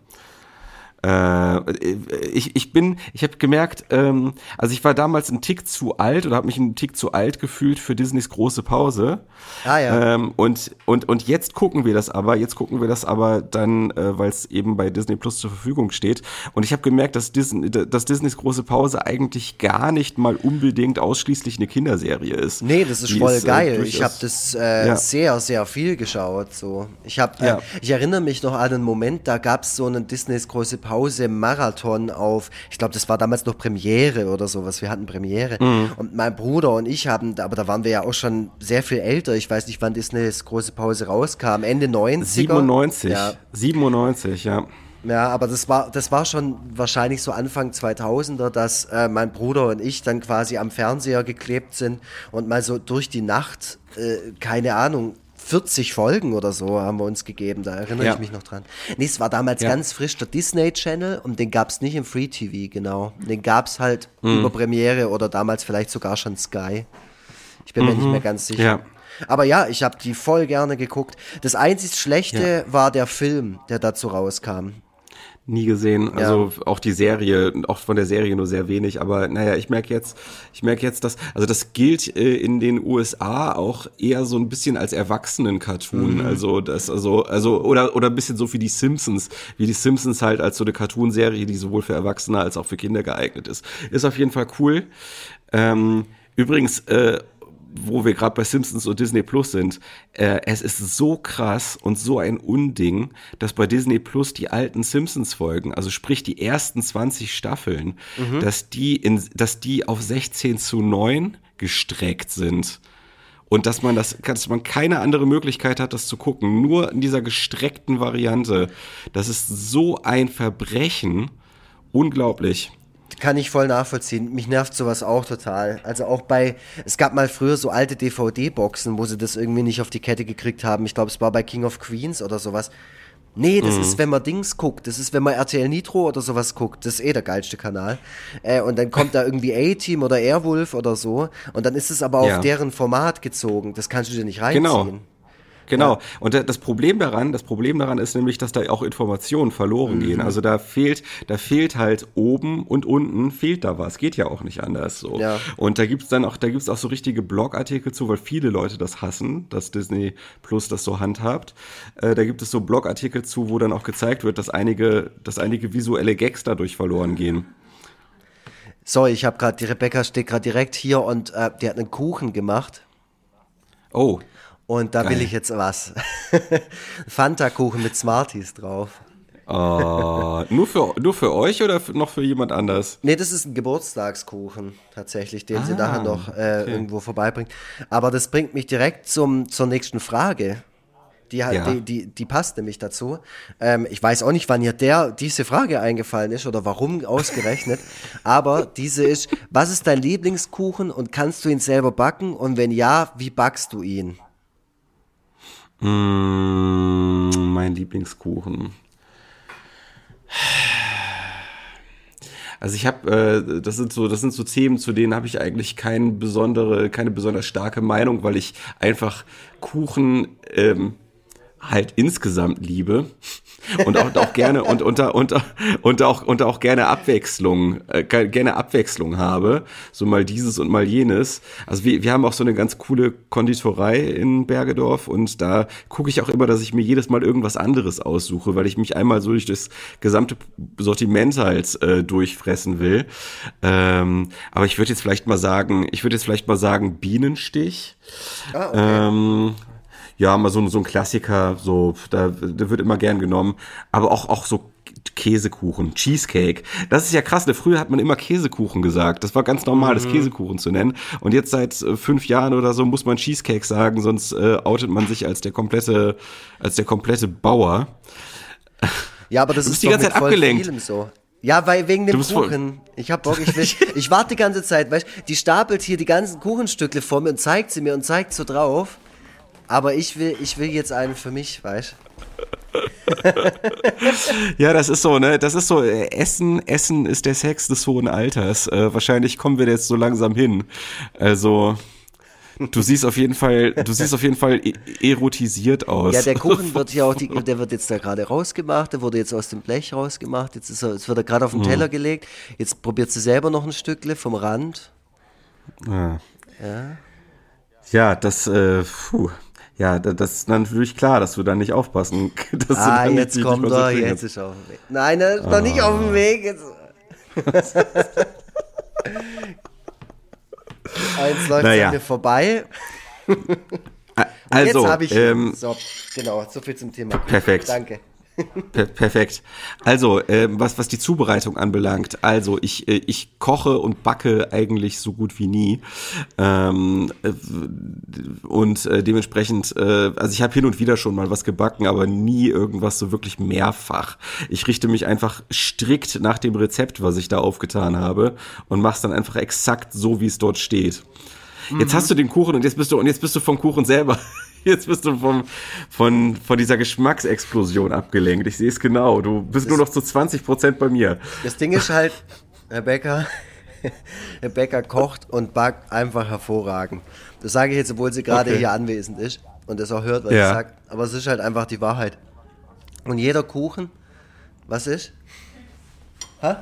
Äh, ich, ich bin, ich habe gemerkt, ähm, also ich war damals ein Tick zu alt oder habe mich einen Tick zu alt gefühlt für Disneys große Pause. Ah ja. Ähm, und, und, und jetzt gucken wir das aber, jetzt gucken wir das aber dann, äh, weil es eben bei Disney Plus zur Verfügung steht. Und ich habe gemerkt, dass, Disney, dass Disneys große Pause eigentlich gar nicht mal unbedingt ausschließlich eine Kinderserie ist. Nee, das ist Die voll ist, äh, geil. durchaus- ich habe das äh, Ja. sehr, sehr viel geschaut. So. Ich, hab, äh, Ja. ich erinnere mich noch an einen Moment, da gab es so einen Disneys große Pause Marathon auf, ich glaube, das war damals noch Premiere oder sowas. Wir hatten Premiere. Mhm. Und mein Bruder und ich haben, aber da waren wir ja auch schon sehr viel älter. Ich weiß nicht, wann Disneys große Pause rauskam. Ende neunziger. siebenundneunzig. Ja. siebenundneunzig, ja. Ja, aber das war, das war schon wahrscheinlich so Anfang zweitausender, dass äh, mein Bruder und ich dann quasi am Fernseher geklebt sind und mal so durch die Nacht, äh, keine Ahnung, vierzig Folgen oder so haben wir uns gegeben, da erinnere Ja. ich mich noch dran. Nee, es war damals Ja. ganz frisch der Disney Channel und den gab's nicht im Free T V, genau. Den gab's halt Mhm. über Premiere oder damals vielleicht sogar schon Sky. Ich bin mir nicht mehr ganz sicher. Ja. Aber ja, ich habe die voll gerne geguckt. Das einzig Schlechte Ja. war der Film, der dazu rauskam. Nie gesehen, also auch die Serie, auch von der Serie nur sehr wenig, aber naja, ich merke jetzt, ich merke jetzt, dass, also das gilt äh, in den U S A auch eher so ein bisschen als Erwachsenen-Cartoon, Mhm. also das, also, also, oder, oder ein bisschen so wie die Simpsons, wie die Simpsons halt als so eine Cartoon-Serie, die sowohl für Erwachsene als auch für Kinder geeignet ist. Ist auf jeden Fall cool. Ähm, Übrigens, äh, wo wir gerade bei Simpsons und Disney Plus sind, äh, es ist so krass und so ein Unding, dass bei Disney Plus die alten Simpsons-Folgen, also sprich die ersten zwanzig Staffeln, mhm. dass die in, dass die auf sechzehn zu neun gestreckt sind. Und dass man das, dass man keine andere Möglichkeit hat, das zu gucken, nur in dieser gestreckten Variante. Das ist so ein Verbrechen. Unglaublich. Kann ich voll nachvollziehen. Mich nervt sowas auch total. Also auch bei, es gab mal früher so alte D V D-Boxen, wo sie das irgendwie nicht auf die Kette gekriegt haben. Ich glaube, es war bei King of Queens oder sowas. Nee, das mhm. ist, wenn man Dings guckt. Das ist, wenn man R T L Nitro oder sowas guckt. Das ist eh der geilste Kanal. Äh, und dann kommt da irgendwie A-Team oder Airwolf oder so. Und dann ist es aber auf ja. deren Format gezogen. Das kannst du dir nicht reinziehen. Genau. Genau. Ja. Und das Problem daran, das Problem daran ist nämlich, dass da auch Informationen verloren mhm. gehen. Also da fehlt, da fehlt halt oben und unten fehlt da was. Geht ja auch nicht anders so. Ja. Und da gibt's dann auch, da gibt's auch so richtige Blogartikel zu, weil viele Leute das hassen, dass Disney Plus das so handhabt. Äh, da gibt es so Blogartikel zu, wo dann auch gezeigt wird, dass einige, dass einige visuelle Gags dadurch verloren gehen. So, ich habe gerade, die Rebecca steht gerade direkt hier und äh, die hat einen Kuchen gemacht. Oh. Und da Geil. will ich jetzt was. Fanta-Kuchen mit Smarties drauf. Oh, nur für, nur für euch oder für, noch für jemand anders? Nee, das ist ein Geburtstagskuchen tatsächlich, den ah, sie nachher noch äh, okay. irgendwo vorbeibringt. Aber das bringt mich direkt zum, zur nächsten Frage. Die, ja. die, die, die passt nämlich dazu. Ähm, ich weiß auch nicht, wann ihr der diese Frage eingefallen ist oder warum ausgerechnet. Aber diese ist, was ist dein Lieblingskuchen und kannst du ihn selber backen? Und wenn ja, wie backst du ihn? Mmh, mein Lieblingskuchen. Also ich habe, äh, das sind so, das sind so Themen, zu denen habe ich eigentlich keine besondere, keine besonders starke Meinung, weil ich einfach Kuchen ähm, halt insgesamt liebe und auch, auch gerne und unter und, und auch und auch gerne Abwechslung äh, gerne Abwechslung habe, so mal dieses und mal jenes. Also wir wir haben auch so eine ganz coole Konditorei in Bergedorf und da gucke ich auch immer, dass ich mir jedes Mal irgendwas anderes aussuche, weil ich mich einmal so durch das gesamte Sortiment halt äh, durchfressen will. Ähm, aber ich würde jetzt vielleicht mal sagen, ich würde jetzt vielleicht mal sagen Bienenstich. Ah, okay. Ähm, Ja, mal so, so ein Klassiker, so, da, der wird immer gern genommen. Aber auch, auch so Käsekuchen, Cheesecake. Das ist ja krass, ne? Früher hat man immer Käsekuchen gesagt. Das war ganz normal, mhm. das Käsekuchen zu nennen. Und jetzt seit äh, fünf Jahren oder so muss man Cheesecake sagen, sonst äh, outet man sich als der komplette, als der komplette Bauer. Ja, aber das ist die ganze Zeit abgelenkt. So. Ja, weil wegen dem Kuchen. Ich hab Bock, ich will, ich warte die ganze Zeit, weißt, die stapelt hier die ganzen Kuchenstücke vor mir und zeigt sie mir und zeigt so drauf. Aber ich will, ich will jetzt einen für mich, weißt du? Ja, das ist so, ne? Das ist so, äh, Essen, Essen ist der Sex des hohen Alters. Äh, wahrscheinlich kommen wir jetzt so langsam hin. Also, du siehst auf jeden Fall, du siehst auf jeden Fall erotisiert aus. Ja, der Kuchen wird ja auch, die, der wird jetzt da gerade rausgemacht, der wurde jetzt aus dem Blech rausgemacht, jetzt ist er, jetzt wird er gerade auf den Teller gelegt, jetzt probiert sie selber noch ein Stückle vom Rand. Ja. Ja. Ja, das, äh, puh. Ja, das ist natürlich klar, dass du da nicht aufpassen. Dass ah, du jetzt kommt er, jetzt ist er auf dem Weg. Nein, er ist ah. noch nicht auf dem Weg. Jetzt. Eins läuft naja. an mir vorbei. Also, jetzt habe ich ähm, so, genau, so viel zum Thema. Perfekt. Danke. Per- perfekt. Also, äh, was, was die Zubereitung anbelangt, also ich, äh, ich koche und backe eigentlich so gut wie nie. Ähm, äh, und äh, dementsprechend, äh, also ich habe hin und wieder schon mal was gebacken, aber nie irgendwas so wirklich mehrfach. Ich richte mich einfach strikt nach dem Rezept, was ich da aufgetan habe und mache es dann einfach exakt so, wie es dort steht. Mhm. Jetzt hast du den Kuchen und jetzt bist du und jetzt bist du vom Kuchen selber. Jetzt bist du vom, von, von dieser Geschmacksexplosion abgelenkt. Ich sehe es genau. Du bist das nur noch zu zwanzig Prozent bei mir. Das Ding ist halt, Rebecca, Rebecca kocht und backt einfach hervorragend. Das sage ich jetzt, obwohl sie gerade okay. hier anwesend ist und das auch hört, was ja. ich sage. Aber es ist halt einfach die Wahrheit. Und jeder Kuchen, was ist? Hä?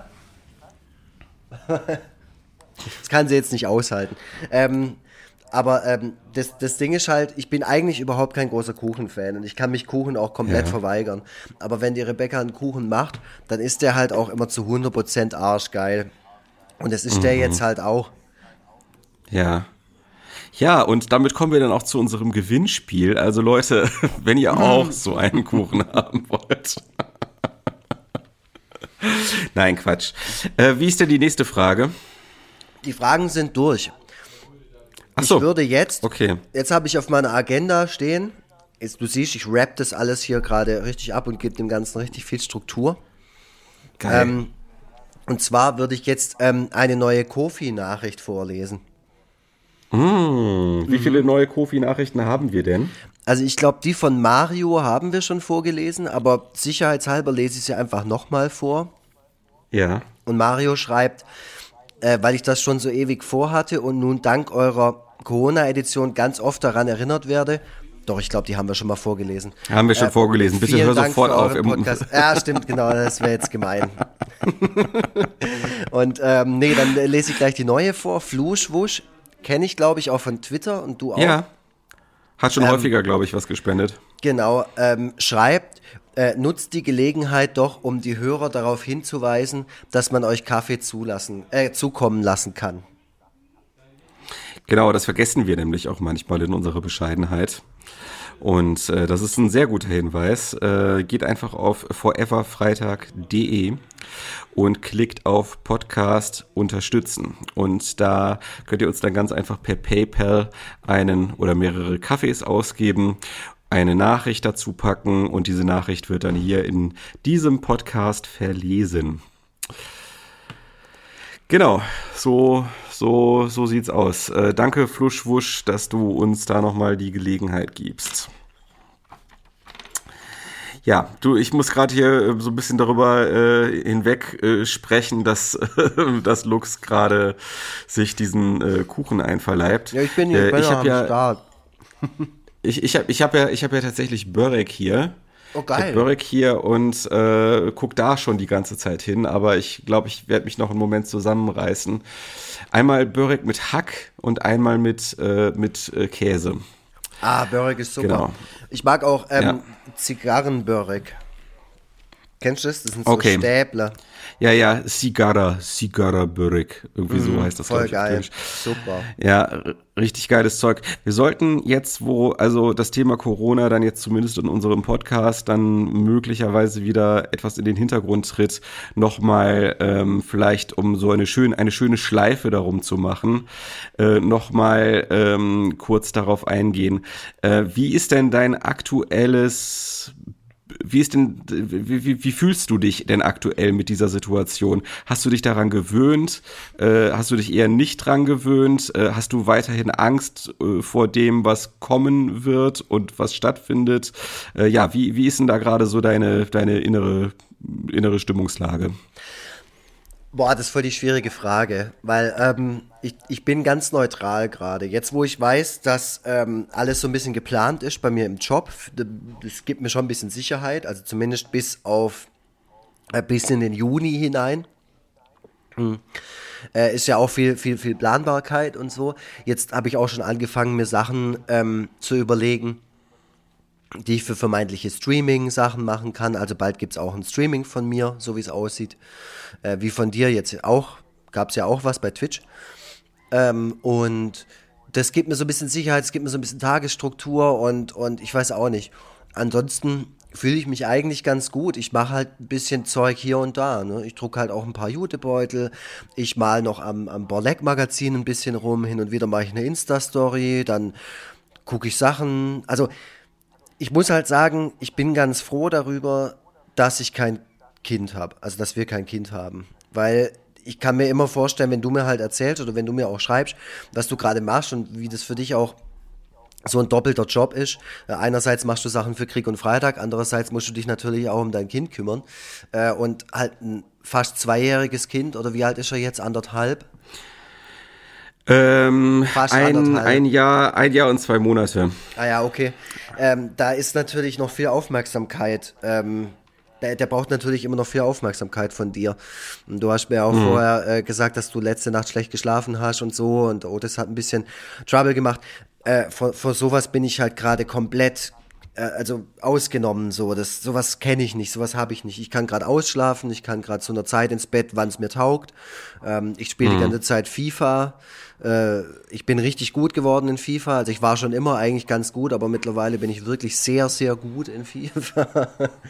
Das kann sie jetzt nicht aushalten. Ähm, Aber ähm, das, das Ding ist halt, ich bin eigentlich überhaupt kein großer Kuchenfan und ich kann mich Kuchen auch komplett ja. verweigern. Aber wenn die Rebecca einen Kuchen macht, dann ist der halt auch immer zu hundert Prozent arschgeil. Und das ist mhm. der jetzt halt auch. Ja. Ja, und damit kommen wir dann auch zu unserem Gewinnspiel. Also Leute, wenn ihr auch so einen Kuchen haben wollt. Nein, Quatsch. Äh, wie ist denn die nächste Frage? Die Fragen sind durch. Ach so. Ich würde jetzt, okay. jetzt habe ich auf meiner Agenda stehen, jetzt, du siehst, ich rapp das alles hier gerade richtig ab und gebe dem Ganzen richtig viel Struktur. Geil. Ähm, und zwar würde ich jetzt ähm, eine neue Kofi-Nachricht vorlesen. Mmh, wie viele neue Kofi-Nachrichten haben wir denn? Also ich glaube, die von Mario haben wir schon vorgelesen, aber sicherheitshalber lese ich sie einfach nochmal vor. Ja. Und Mario schreibt, äh, weil ich das schon so ewig vorhatte und nun dank eurer Corona-Edition ganz oft daran erinnert werde. Doch, ich glaube, die haben wir schon mal vorgelesen. Haben wir schon äh, vorgelesen. Bitte hör Dank sofort auf. Im ja, stimmt, genau, das wäre jetzt gemein. Und ähm, nee, dann äh, lese ich gleich die neue vor. Fluschwusch, kenne ich, glaube ich, auch von Twitter und du auch. Ja, hat schon ähm, häufiger, glaube ich, was gespendet. Genau, ähm, schreibt, äh, nutzt die Gelegenheit doch, um die Hörer darauf hinzuweisen, dass man euch Kaffee zulassen, äh, zukommen lassen kann. Genau, das vergessen wir nämlich auch manchmal in unserer Bescheidenheit. Und äh, das ist ein sehr guter Hinweis. Äh, geht einfach auf foreverfreitag punkt de und klickt auf Podcast unterstützen. Und da könnt ihr uns dann ganz einfach per PayPal einen oder mehrere Kaffees ausgeben, eine Nachricht dazu packen und diese Nachricht wird dann hier in diesem Podcast verlesen. Genau, so, so, so sieht's aus. Äh, danke, Fluschwusch, dass du uns da nochmal die Gelegenheit gibst. Ja, du, ich muss gerade hier so ein bisschen darüber äh, hinweg äh, sprechen, dass, äh, dass Lux gerade sich diesen äh, Kuchen einverleibt. Ja, ich bin, ich bin äh, ich am ja, Start. ich ich habe ich hab ja, ich hab ja tatsächlich Börek hier. Oh, geil. Ich hab Börek hier und äh, guck da schon die ganze Zeit hin, aber ich glaube, ich werde mich noch einen Moment zusammenreißen. Einmal Börek mit Hack und einmal mit, äh, mit äh, Käse. Ah, Börek ist super. Genau. Ich mag auch ähm, Ja. Zigarrenbörek. Kennst du das? Das sind so Okay. Stäbler. Ja, ja, Cigara, Cigara Börek. Irgendwie so heißt das, Voll glaube ich, auf geil. Englisch. Super. Ja, r- richtig geiles Zeug. Wir sollten jetzt, wo also das Thema Corona dann jetzt zumindest in unserem Podcast dann möglicherweise wieder etwas in den Hintergrund tritt, nochmal ähm, vielleicht, um so eine schöne, eine schöne Schleife darum zu machen, äh, nochmal ähm, kurz darauf eingehen. Äh, wie ist denn dein aktuelles Wie ist denn, wie, wie, wie fühlst du dich denn aktuell mit dieser Situation? Hast du dich daran gewöhnt? Äh, hast du dich eher nicht dran gewöhnt? Äh, hast du weiterhin Angst äh, vor dem, was kommen wird und was stattfindet? Äh, ja, wie, wie ist denn da gerade so deine, deine innere, innere Stimmungslage? Boah, das ist voll die schwierige Frage, weil ähm, ich, ich bin ganz neutral gerade. Jetzt, wo ich weiß, dass ähm, alles so ein bisschen geplant ist bei mir im Job, das gibt mir schon ein bisschen Sicherheit, also zumindest bis auf äh, bis in den Juni hinein. Hm. Äh, ist ja auch viel, viel, viel Planbarkeit und so. Jetzt habe ich auch schon angefangen, mir Sachen ähm, zu überlegen, die ich für vermeintliche Streaming-Sachen machen kann. Also bald gibt es auch ein Streaming von mir, so wie es aussieht. Äh, wie von dir jetzt auch. Gab es ja auch was bei Twitch. Ähm, und das gibt mir so ein bisschen Sicherheit, es gibt mir so ein bisschen Tagesstruktur und, und ich weiß auch nicht. Ansonsten fühle ich mich eigentlich ganz gut. Ich mache halt ein bisschen Zeug hier und da. Ne? Ich drucke halt auch ein paar Jutebeutel. Ich mal noch am, am Borleck-Magazin ein bisschen rum. Hin und wieder mache ich eine Insta-Story. Dann gucke ich Sachen. Also ich muss halt sagen, ich bin ganz froh darüber, dass ich kein Kind habe. Also, dass wir kein Kind haben. Weil ich kann mir immer vorstellen, wenn du mir halt erzählst oder wenn du mir auch schreibst, was du gerade machst und wie das für dich auch so ein doppelter Job ist. Einerseits machst du Sachen für Krieg und Freitag, andererseits musst du dich natürlich auch um dein Kind kümmern. Und halt ein fast zweijähriges Kind, oder wie alt ist er jetzt? Anderthalb? Ähm, Fast ein, anderthalb. ein Jahr, ein Jahr und zwei Monate. Ah ja, okay. Ähm, da ist natürlich noch viel Aufmerksamkeit. Ähm, der, der braucht natürlich immer noch viel Aufmerksamkeit von dir. Und du hast mir auch mhm. vorher äh, gesagt, dass du letzte Nacht schlecht geschlafen hast und so. Und oh, das hat ein bisschen Trouble gemacht. Äh, vor, vor sowas bin ich halt gerade komplett äh, also ausgenommen. So. Das, sowas kenne ich nicht, sowas habe ich nicht. Ich kann gerade ausschlafen, ich kann gerade zu einer Zeit ins Bett, wann es mir taugt. Ähm, ich spiele mhm. die ganze Zeit FIFA. äh, ich bin richtig gut geworden in FIFA. Also ich war schon immer eigentlich ganz gut, aber mittlerweile bin ich wirklich sehr, sehr gut in FIFA.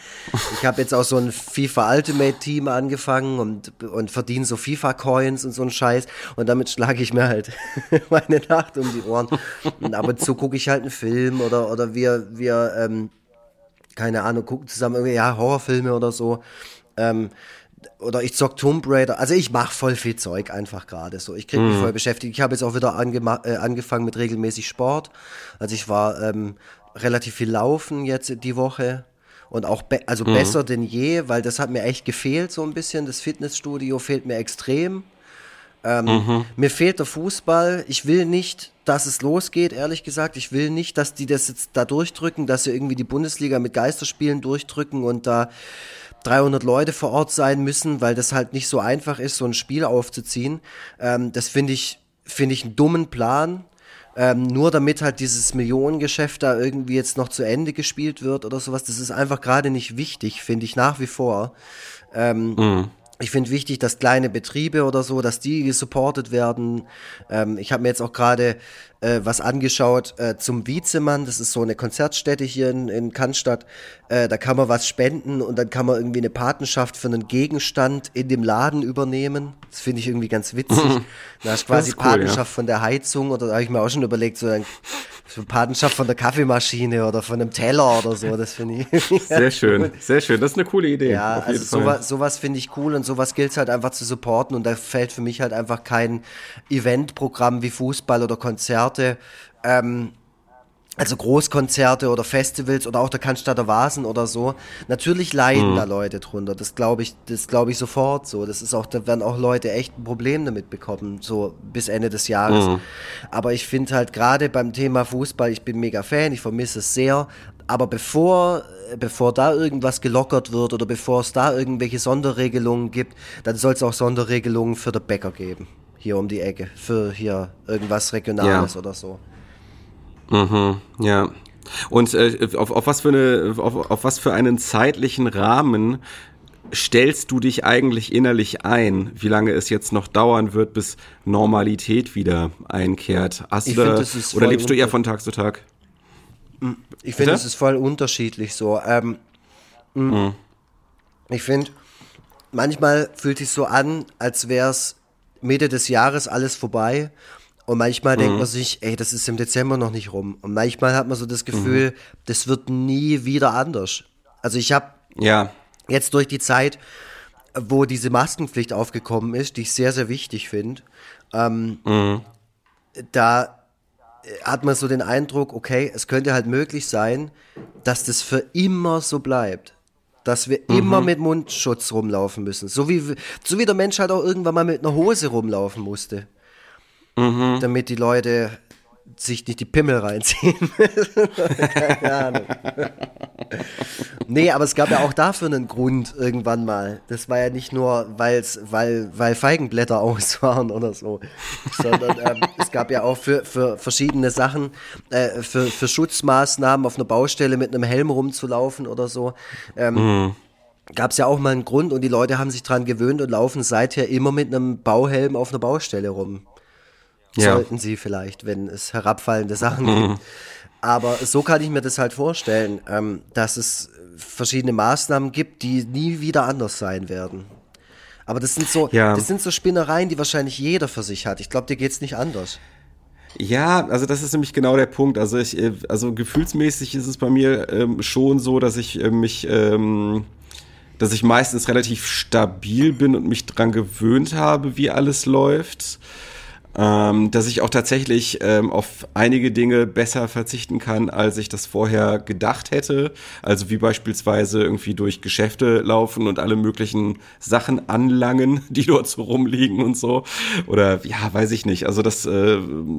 Ich habe jetzt auch so ein FIFA Ultimate Team angefangen und, und verdiene so FIFA-Coins und so einen Scheiß. Und damit schlage ich mir halt meine Nacht um die Ohren. Und ab und zu gucke ich halt einen Film oder, oder wir, wir ähm, keine Ahnung, gucken zusammen irgendwie, ja, Horrorfilme oder so. Ähm, oder ich zock Tomb Raider. Also ich mache voll viel Zeug einfach gerade so. Ich kriege mich mhm. voll beschäftigt. Ich habe jetzt auch wieder angema- äh, angefangen mit regelmäßig Sport. Also ich war ähm, relativ viel laufen jetzt die Woche. Und auch be- also mhm. besser denn je, weil das hat mir echt gefehlt so ein bisschen. Das Fitnessstudio fehlt mir extrem. Ähm, mhm. Mir fehlt der Fußball. Ich will nicht, dass es losgeht, ehrlich gesagt. Ich will nicht, dass die das jetzt da durchdrücken, dass sie irgendwie die Bundesliga mit Geisterspielen durchdrücken und da dreihundert Leute vor Ort sein müssen, weil das halt nicht so einfach ist, so ein Spiel aufzuziehen. Ähm, das finde ich, finde ich einen dummen Plan. Ähm, nur damit halt dieses Millionengeschäft da irgendwie jetzt noch zu Ende gespielt wird oder sowas. Das ist einfach gerade nicht wichtig, finde ich nach wie vor. Ähm, mhm. Ich finde wichtig, dass kleine Betriebe oder so, dass die gesupportet werden. Ähm, ich habe mir jetzt auch gerade äh, was angeschaut äh, zum Vizemann. Das ist so eine Konzertstätte hier in, in Cannstatt. Äh, da kann man was spenden und dann kann man irgendwie eine Patenschaft für einen Gegenstand in dem Laden übernehmen. Das finde ich irgendwie ganz witzig. Da hast du quasi cool, Patenschaft ja. von der Heizung oder da habe ich mir auch schon überlegt, so ein so Patenschaft von der Kaffeemaschine oder von einem Teller oder so, das finde ich. Sehr schön, cool. Sehr schön, das ist eine coole Idee. Ja, also sowas, sowas finde ich cool und sowas gilt es halt einfach zu supporten und da fällt für mich halt einfach kein Eventprogramm wie Fußball oder Konzerte, ähm, also Großkonzerte oder Festivals oder auch der Cannstatter Vasen oder so. Natürlich leiden mhm. da Leute drunter, das glaube ich, das glaube ich sofort so. Das ist auch, da werden auch Leute echt ein Problem damit bekommen, so bis Ende des Jahres. Mhm. Aber ich finde halt gerade beim Thema Fußball, ich bin mega Fan, ich vermisse es sehr, aber bevor, bevor da irgendwas gelockert wird oder bevor es da irgendwelche Sonderregelungen gibt, dann soll es auch Sonderregelungen für den Bäcker geben, hier um die Ecke, für hier irgendwas Regionales ja. oder so. Mhm, ja. Und äh, auf, auf was für eine, auf, auf was für einen zeitlichen Rahmen stellst du dich eigentlich innerlich ein, wie lange es jetzt noch dauern wird, bis Normalität wieder einkehrt? Hast du da, find, oder lebst du eher von Tag zu Tag? Ich finde, es ist voll unterschiedlich so. Ähm, mhm. Ich finde, manchmal fühlt es sich so an, als wäre es Mitte des Jahres alles vorbei. Und manchmal mhm. denkt man sich, ey, das ist im Dezember noch nicht rum. Und manchmal hat man so das Gefühl, mhm. das wird nie wieder anders. Also ich habe ja. jetzt durch die Zeit, wo diese Maskenpflicht aufgekommen ist, die ich sehr, sehr wichtig finde, ähm, mhm. da hat man so den Eindruck, okay, es könnte halt möglich sein, dass das für immer so bleibt. Dass wir mhm. immer mit Mundschutz rumlaufen müssen. So wie, so wie der Mensch halt auch irgendwann mal mit einer Hose rumlaufen musste. Mhm. Damit die Leute sich nicht die Pimmel reinziehen. Keine Ahnung. Nee, aber es gab ja auch dafür einen Grund irgendwann mal. Das war ja nicht nur, weil's, weil, weil Feigenblätter aus waren oder so, sondern ähm, es gab ja auch für, für verschiedene Sachen, äh, für, für Schutzmaßnahmen auf einer Baustelle mit einem Helm rumzulaufen oder so. Ähm, mhm. Gab es ja auch mal einen Grund und die Leute haben sich dran gewöhnt und laufen seither immer mit einem Bauhelm auf einer Baustelle rum. Ja. Sollten sie vielleicht, wenn es herabfallende Sachen mhm. gibt. Aber so kann ich mir das halt vorstellen, ähm, dass es verschiedene Maßnahmen gibt, die nie wieder anders sein werden. Aber das sind so, ja. das sind so Spinnereien, die wahrscheinlich jeder für sich hat. Ich glaube, dir geht's nicht anders. Ja, also das ist nämlich genau der Punkt. Also ich, also gefühlsmäßig ist es bei mir ähm, schon so, dass ich äh, mich, ähm, dass ich meistens relativ stabil bin und mich dran gewöhnt habe, wie alles läuft. Ähm, dass ich auch tatsächlich ähm, auf einige Dinge besser verzichten kann, als ich das vorher gedacht hätte. Also wie beispielsweise irgendwie durch Geschäfte laufen und alle möglichen Sachen anlangen, die dort so rumliegen und so. Oder ja, weiß ich nicht. Also das äh,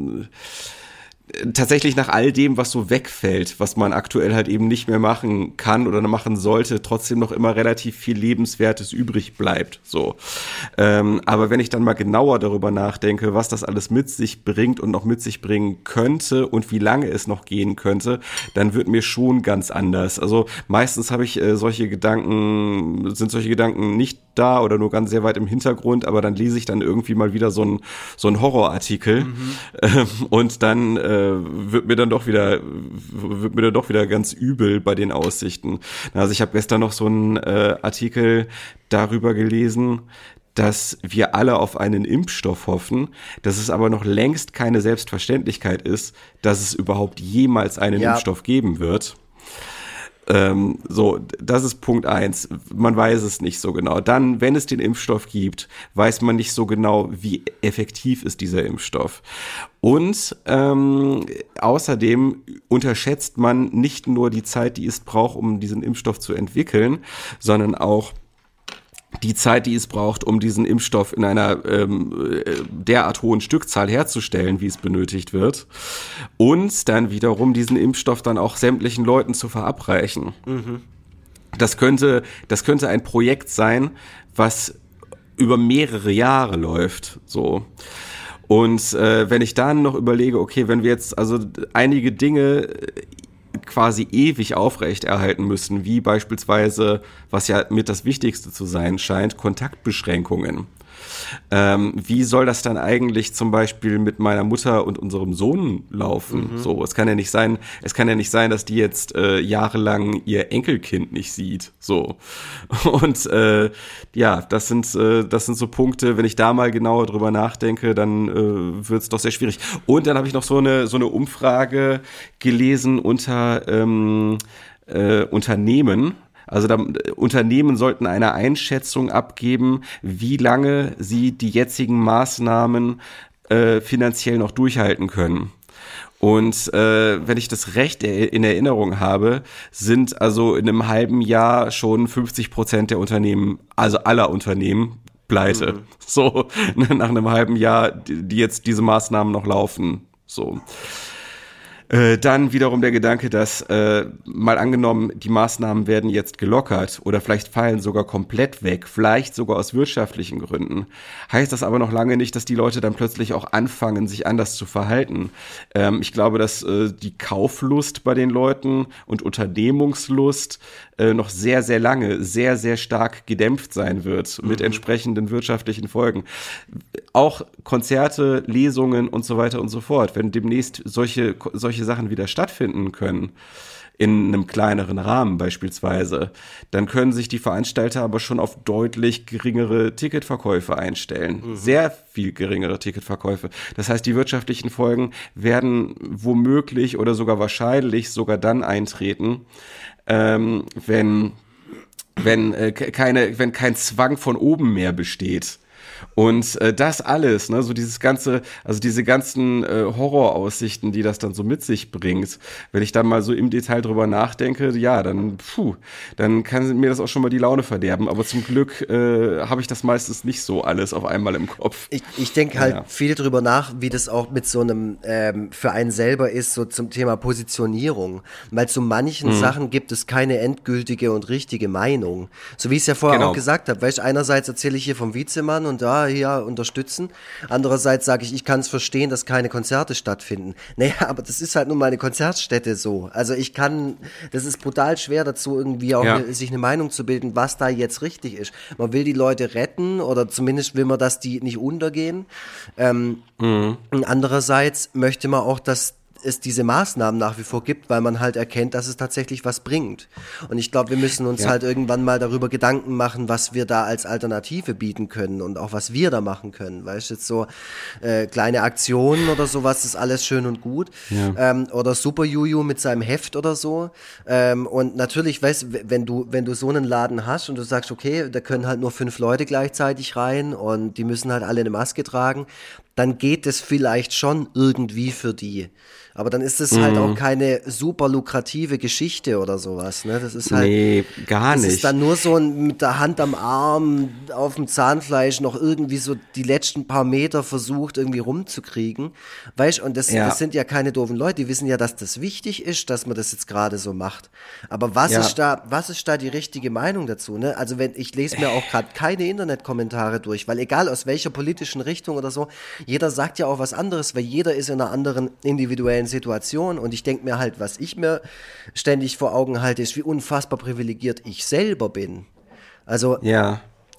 tatsächlich nach all dem, was so wegfällt, was man aktuell halt eben nicht mehr machen kann oder machen sollte, trotzdem noch immer relativ viel Lebenswertes übrig bleibt. So, ähm, aber wenn ich dann mal genauer darüber nachdenke, was das alles mit sich bringt und noch mit sich bringen könnte und wie lange es noch gehen könnte, dann wird mir schon ganz anders. Also meistens habe ich äh, solche Gedanken, sind solche Gedanken nicht da oder nur ganz sehr weit im Hintergrund, aber dann lese ich dann irgendwie mal wieder so einen so einen Horrorartikel mhm. ähm, und dann äh, wird mir dann doch wieder wird mir dann doch wieder ganz übel bei den Aussichten. Also ich habe gestern noch so einen äh, Artikel darüber gelesen, dass wir alle auf einen Impfstoff hoffen, dass es aber noch längst keine Selbstverständlichkeit ist, dass es überhaupt jemals einen ja. Impfstoff geben wird. Ähm, so, das ist Punkt eins. Man weiß es nicht so genau. Dann, wenn es den Impfstoff gibt, weiß man nicht so genau, wie effektiv ist dieser Impfstoff. Und ähm, außerdem unterschätzt man nicht nur die Zeit, die es braucht, um diesen Impfstoff zu entwickeln, sondern auch die Zeit, die es braucht, um diesen Impfstoff in einer ähm, derart hohen Stückzahl herzustellen, wie es benötigt wird. Und dann wiederum diesen Impfstoff dann auch sämtlichen Leuten zu verabreichen. Mhm. Das könnte, das könnte ein Projekt sein, was über mehrere Jahre läuft, so. Und äh, wenn ich dann noch überlege, okay, wenn wir jetzt also einige Dinge quasi ewig aufrechterhalten müssen, wie beispielsweise, was ja mit das Wichtigste zu sein scheint, Kontaktbeschränkungen. Ähm, wie soll das dann eigentlich zum Beispiel mit meiner Mutter und unserem Sohn laufen? Mhm. So, es kann ja nicht sein, es kann ja nicht sein, dass die jetzt äh, jahrelang ihr Enkelkind nicht sieht. So. Und äh, ja, das sind äh, das sind so Punkte, wenn ich da mal genauer drüber nachdenke, dann äh, wird es doch sehr schwierig. Und dann habe ich noch so eine so eine Umfrage gelesen unter ähm, äh, Unternehmen. Also da, Unternehmen sollten eine Einschätzung abgeben, wie lange sie die jetzigen Maßnahmen äh, finanziell noch durchhalten können. Und äh, wenn ich das recht in Erinnerung habe, sind also in einem halben Jahr schon fünfzig Prozent der Unternehmen, also aller Unternehmen, pleite. Mhm. So, nach einem halben Jahr, die jetzt diese Maßnahmen noch laufen. So. Äh, dann wiederum der Gedanke, dass äh, mal angenommen, die Maßnahmen werden jetzt gelockert oder vielleicht fallen sogar komplett weg, vielleicht sogar aus wirtschaftlichen Gründen, heißt das aber noch lange nicht, dass die Leute dann plötzlich auch anfangen, sich anders zu verhalten. Ähm, ich glaube, dass äh, die Kauflust bei den Leuten und Unternehmungslust äh, noch sehr, sehr lange, sehr, sehr stark gedämpft sein wird mit mhm. entsprechenden wirtschaftlichen Folgen. Auch Konzerte, Lesungen und so weiter und so fort, wenn demnächst solche solche Sachen wieder stattfinden können, in einem kleineren Rahmen beispielsweise, dann können sich die Veranstalter aber schon auf deutlich geringere Ticketverkäufe einstellen. Mhm. Sehr viel geringere Ticketverkäufe. Das heißt, die wirtschaftlichen Folgen werden womöglich oder sogar wahrscheinlich sogar dann eintreten, ähm, wenn, wenn, äh, keine, wenn kein Zwang von oben mehr besteht. Und äh, das alles, ne, so dieses ganze, also diese ganzen äh, Horroraussichten, die das dann so mit sich bringt, wenn ich da mal so im Detail drüber nachdenke, ja, dann, puh, dann kann mir das auch schon mal die Laune verderben. Aber zum Glück äh, habe ich das meistens nicht so alles auf einmal im Kopf. Ich, ich denke halt ja. viel drüber nach, wie das auch mit so einem ähm, für einen selber ist, so zum Thema Positionierung. Weil zu manchen mhm. Sachen gibt es keine endgültige und richtige Meinung. So wie ich es ja vorher genau. auch gesagt habe. Weißt, einerseits erzähle ich hier vom Vizemann und da hier unterstützen. Andererseits sage ich, ich kann es verstehen, dass keine Konzerte stattfinden. Naja, aber das ist halt nun mal eine Konzertstätte so. Also ich kann, das ist brutal schwer dazu irgendwie auch ja. eine, sich eine Meinung zu bilden, was da jetzt richtig ist. Man will die Leute retten oder zumindest will man, dass die nicht untergehen. Ähm, mhm. Andererseits möchte man auch, dass es diese Maßnahmen nach wie vor gibt, weil man halt erkennt, dass es tatsächlich was bringt. Und ich glaube, wir müssen uns ja. halt irgendwann mal darüber Gedanken machen, was wir da als Alternative bieten können und auch was wir da machen können. Weißt du, jetzt so äh, kleine Aktionen oder sowas ist alles schön und gut. Ja. Ähm, oder Super Juju mit seinem Heft oder so. Ähm, und natürlich, weißt du, wenn du, wenn du so einen Laden hast und du sagst, okay, da können halt nur fünf Leute gleichzeitig rein und die müssen halt alle eine Maske tragen, dann geht es vielleicht schon irgendwie für die. Aber dann ist es mhm. halt auch keine super lukrative Geschichte oder sowas. Ne? Das ist halt, nee, gar nicht. Das ist dann nur so ein, mit der Hand am Arm auf dem Zahnfleisch noch irgendwie so die letzten paar Meter versucht irgendwie rumzukriegen. Weißt, und das, ja. das sind ja keine doofen Leute, die wissen ja, dass das wichtig ist, dass man das jetzt gerade so macht. Aber was ja. ist da, was ist da die richtige Meinung dazu? Ne? Also wenn, ich lese mir auch gerade keine Internetkommentare durch, weil egal aus welcher politischen Richtung oder so, jeder sagt ja auch was anderes, weil jeder ist in einer anderen individuellen Situation und ich denke mir halt, was ich mir ständig vor Augen halte, ist, wie unfassbar privilegiert ich selber bin. Also ja.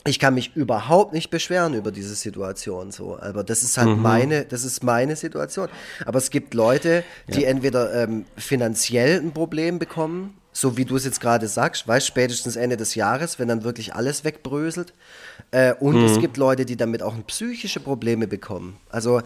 Ich kann mich überhaupt nicht beschweren über diese Situation so, aber das ist halt mhm. meine, das ist meine Situation. Aber es gibt Leute, die ja. entweder ähm, finanziell ein Problem bekommen, so wie du es jetzt gerade sagst, weißt, spätestens Ende des Jahres, wenn dann wirklich alles wegbröselt. Äh, und mhm. es gibt Leute, die damit auch psychische Probleme bekommen. Also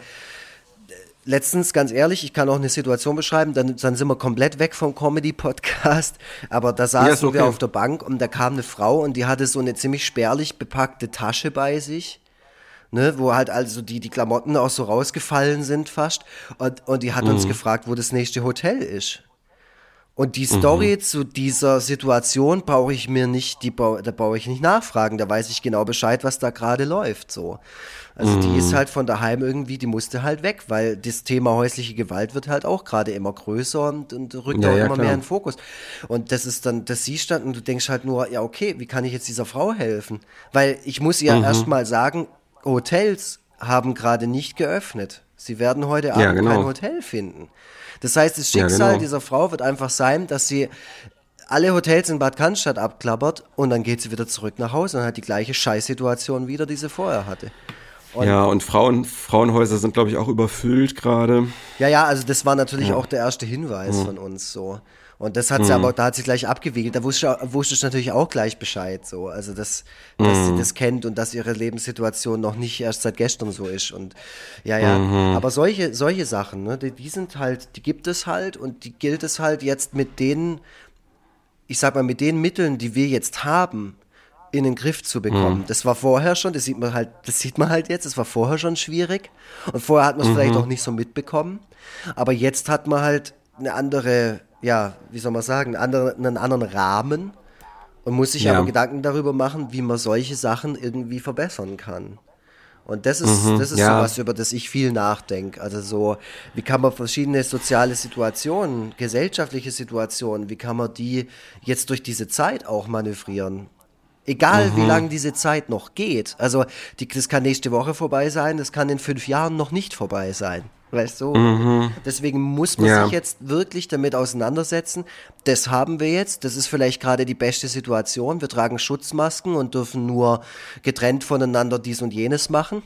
letztens, ganz ehrlich, ich kann auch eine Situation beschreiben, dann, dann sind wir komplett weg vom Comedy-Podcast, aber da saßen ja, okay. wir auf der Bank und da kam eine Frau und die hatte so eine ziemlich spärlich bepackte Tasche bei sich, ne, wo halt also die, die Klamotten auch so rausgefallen sind fast und, und die hat mhm. uns gefragt, wo das nächste Hotel ist. Und die Story mhm. zu dieser Situation brauche ich mir nicht, die ba- da brauche ich nicht nachfragen, da weiß ich genau Bescheid, was da gerade läuft, so. Also mhm. die ist halt von daheim irgendwie, die musste halt weg, weil das Thema häusliche Gewalt wird halt auch gerade immer größer und, und rückt ja, auch ja, immer klar. mehr in den Fokus. Und das ist dann, das siehst du dann und du denkst halt nur, ja okay, wie kann ich jetzt dieser Frau helfen? Weil ich muss ihr mhm. erst mal sagen, Hotels haben gerade nicht geöffnet. Sie werden heute Abend ja, genau. kein Hotel finden. Das heißt, das Schicksal ja, genau. dieser Frau wird einfach sein, dass sie alle Hotels in Bad Cannstatt abklappert und dann geht sie wieder zurück nach Hause und hat die gleiche Scheißsituation wieder, die sie vorher hatte. Und ja, und Frauen, Frauenhäuser sind, glaube ich, auch überfüllt gerade. Ja, ja, also das war natürlich ja. auch der erste Hinweis mhm. von uns so. Und das hat mhm. sie aber, da hat sie gleich abgewiegelt. Da wusste, wusste ich natürlich auch gleich Bescheid so. Also das, dass mhm. sie das kennt und dass ihre Lebenssituation noch nicht erst seit gestern so ist. Und ja, ja. Mhm. Aber solche, solche Sachen, ne, die, die sind halt, die gibt es halt und die gilt es halt jetzt mit denen, ich sag mal, mit den Mitteln, die wir jetzt haben, in den Griff zu bekommen. Mhm. Das war vorher schon, das sieht man halt, das sieht man halt jetzt, das war vorher schon schwierig. Und vorher hat man es mhm. vielleicht auch nicht so mitbekommen. Aber jetzt hat man halt eine andere, ja, wie soll man sagen, einen anderen, einen anderen Rahmen und muss sich ja. aber Gedanken darüber machen, wie man solche Sachen irgendwie verbessern kann. Und das ist, mhm, das ist ja. sowas, über das ich viel nachdenke. Also so, wie kann man verschiedene soziale Situationen, gesellschaftliche Situationen, wie kann man die jetzt durch diese Zeit auch manövrieren? Egal, mhm. wie lange diese Zeit noch geht. Also die, das kann nächste Woche vorbei sein, das kann in fünf Jahren noch nicht vorbei sein. Weißt du? Mhm. Deswegen muss man ja. sich jetzt wirklich damit auseinandersetzen. Das haben wir jetzt. Das ist vielleicht gerade die beste Situation. Wir tragen Schutzmasken und dürfen nur getrennt voneinander dies und jenes machen.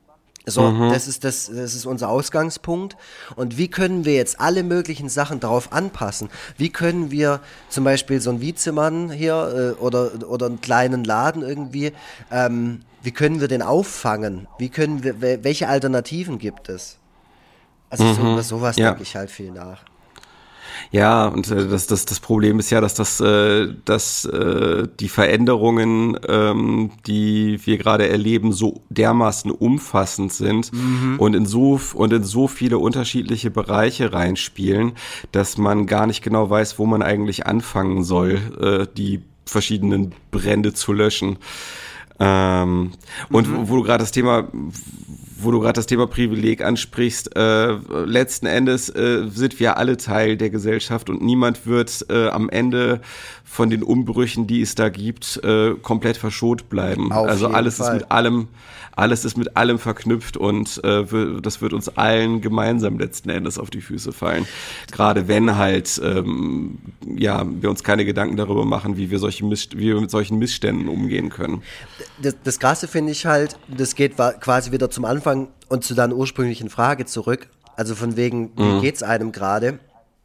So, mhm. das ist das, das ist unser Ausgangspunkt. Und wie können wir jetzt alle möglichen Sachen darauf anpassen? Wie können wir zum Beispiel so einen Vizemann hier äh, oder, oder einen kleinen Laden irgendwie, ähm, wie können wir den auffangen? Wie können wir, welche Alternativen gibt es? Also mhm. so, über sowas ja. denke ich halt viel nach. Ja, und äh, das, das, das Problem ist ja, dass das, äh, dass äh, die Veränderungen, ähm, die wir gerade erleben, so dermaßen umfassend sind mhm. und in so und in so viele unterschiedliche Bereiche reinspielen, dass man gar nicht genau weiß, wo man eigentlich anfangen soll, äh, die verschiedenen Brände zu löschen. Ähm, und mhm. wo, wo du gerade das Thema wo du gerade das Thema Privileg ansprichst, äh, letzten Endes äh, sind wir alle Teil der Gesellschaft und niemand wird äh, am Ende von den Umbrüchen, die es da gibt, äh, komplett verschont bleiben. Auf also alles Fall. ist mit allem, alles ist mit allem verknüpft und äh, wir, das wird uns allen gemeinsam letzten Endes auf die Füße fallen. Gerade wenn halt ähm, ja wir uns keine Gedanken darüber machen, wie wir solche Miss- wie wir mit solchen Missständen umgehen können. Das, das Krasse finde ich halt, das geht quasi wieder zum Anfang und zu deiner ursprünglichen Frage zurück, also von wegen, wie mhm. geht's einem gerade?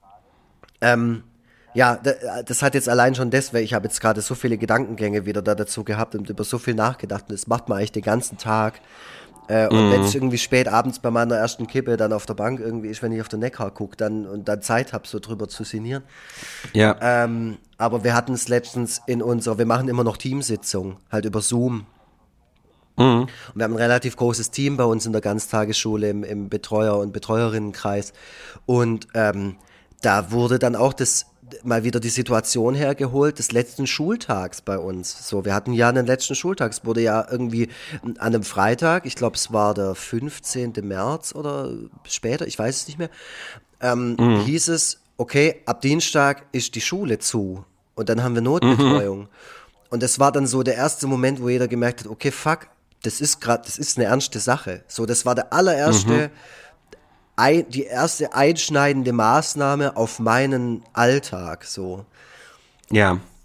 Ähm, ja, das hat jetzt allein schon deswegen, ich habe jetzt gerade so viele Gedankengänge wieder da dazu gehabt und über so viel nachgedacht und das macht man eigentlich den ganzen Tag. Äh, und mhm. wenn es irgendwie spät abends bei meiner ersten Kippe dann auf der Bank irgendwie ist, wenn ich auf den Neckar gucke dann, und dann Zeit habe, so drüber zu sinnieren. Ja. Ähm, aber wir hatten es letztens in unserer, wir machen immer noch Teamsitzungen, halt über Zoom. Mhm. Und wir haben ein relativ großes Team bei uns in der Ganztagesschule im, im Betreuer- und Betreuerinnenkreis. Und ähm, da wurde dann auch das mal wieder die Situation hergeholt des letzten Schultags bei uns. So, wir hatten ja einen letzten Schultag. Es wurde ja irgendwie an einem Freitag, ich glaube, es war der fünfzehnten März oder später, ich weiß es nicht mehr, ähm, mhm. hieß es, okay, ab Dienstag ist die Schule zu. Und dann haben wir Notbetreuung. Mhm. Und das war dann so der erste Moment, wo jeder gemerkt hat, okay, fuck, das ist gerade, das ist eine ernste Sache. So, das war der allererste, mhm. ein, die erste einschneidende Maßnahme auf meinen Alltag, so. Ja.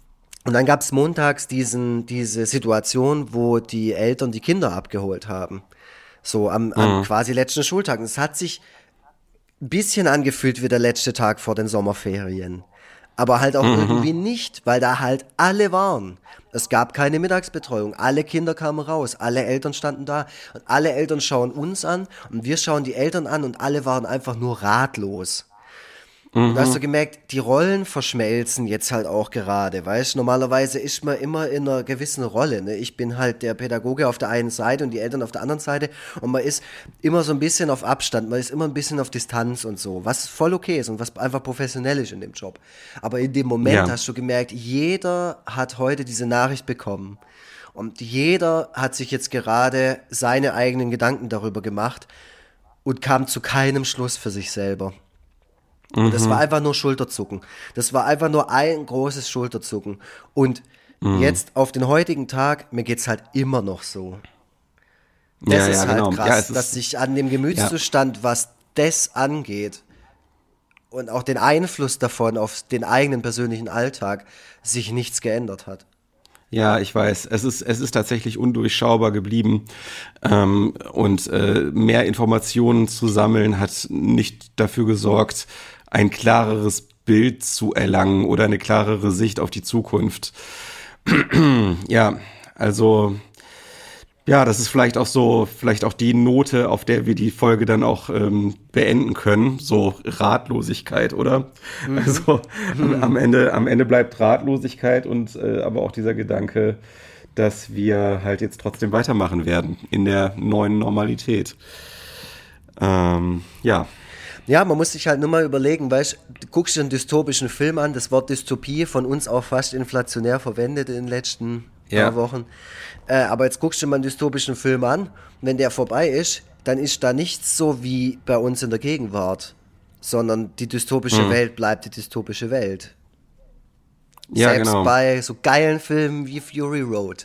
Und dann gab es montags diesen, diese Situation, wo die Eltern die Kinder abgeholt haben. So am, am mhm. quasi letzten Schultag. Und es hat sich ein bisschen angefühlt wie der letzte Tag vor den Sommerferien. Aber halt auch mhm. irgendwie nicht, weil da halt alle waren. Es gab keine Mittagsbetreuung. Alle Kinder kamen raus. Alle Eltern standen da. Und alle Eltern schauen uns an. Und wir schauen die Eltern an. Und alle waren einfach nur ratlos. Mhm. Und da hast du gemerkt, die Rollen verschmelzen jetzt halt auch gerade, weißt du, normalerweise ist man immer in einer gewissen Rolle, ne? Ich bin halt der Pädagoge auf der einen Seite und die Eltern auf der anderen Seite und man ist immer so ein bisschen auf Abstand, man ist immer ein bisschen auf Distanz und so, was voll okay ist und was einfach professionell ist in dem Job. Aber in dem Moment ja. hast du gemerkt, jeder hat heute diese Nachricht bekommen und jeder hat sich jetzt gerade seine eigenen Gedanken darüber gemacht und kam zu keinem Schluss für sich selber. Und das war einfach nur Schulterzucken. Das war einfach nur ein großes Schulterzucken. Und mhm. jetzt auf den heutigen Tag, mir geht's halt immer noch so. Das ja, ist ja, halt genau. krass, ja, es dass ist, sich an dem Gemütszustand, ja. was das angeht und auch den Einfluss davon auf den eigenen persönlichen Alltag, sich nichts geändert hat. Ja, ich weiß. Es ist, es ist tatsächlich undurchschaubar geblieben. Ähm, und äh, mehr Informationen zu sammeln hat nicht dafür gesorgt, ein klareres Bild zu erlangen oder eine klarere Sicht auf die Zukunft. Ja, also ja, das ist vielleicht auch so, vielleicht auch die Note, auf der wir die Folge dann auch ähm, beenden können. So Ratlosigkeit, oder? Mhm. Also mhm. am Ende, am Ende bleibt Ratlosigkeit und äh, aber auch dieser Gedanke, dass wir halt jetzt trotzdem weitermachen werden in der neuen Normalität. Ähm, ja. Ja, man muss sich halt nur mal überlegen, weißt du, guckst dir einen dystopischen Film an, das Wort Dystopie von uns auch fast inflationär verwendet in den letzten ja. paar Wochen. Äh, aber jetzt guckst du mal einen dystopischen Film an, und wenn der vorbei ist, dann ist da nichts so wie bei uns in der Gegenwart, sondern die dystopische mhm. Welt bleibt die dystopische Welt. Ja, Selbst genau. bei so geilen Filmen wie Fury Road.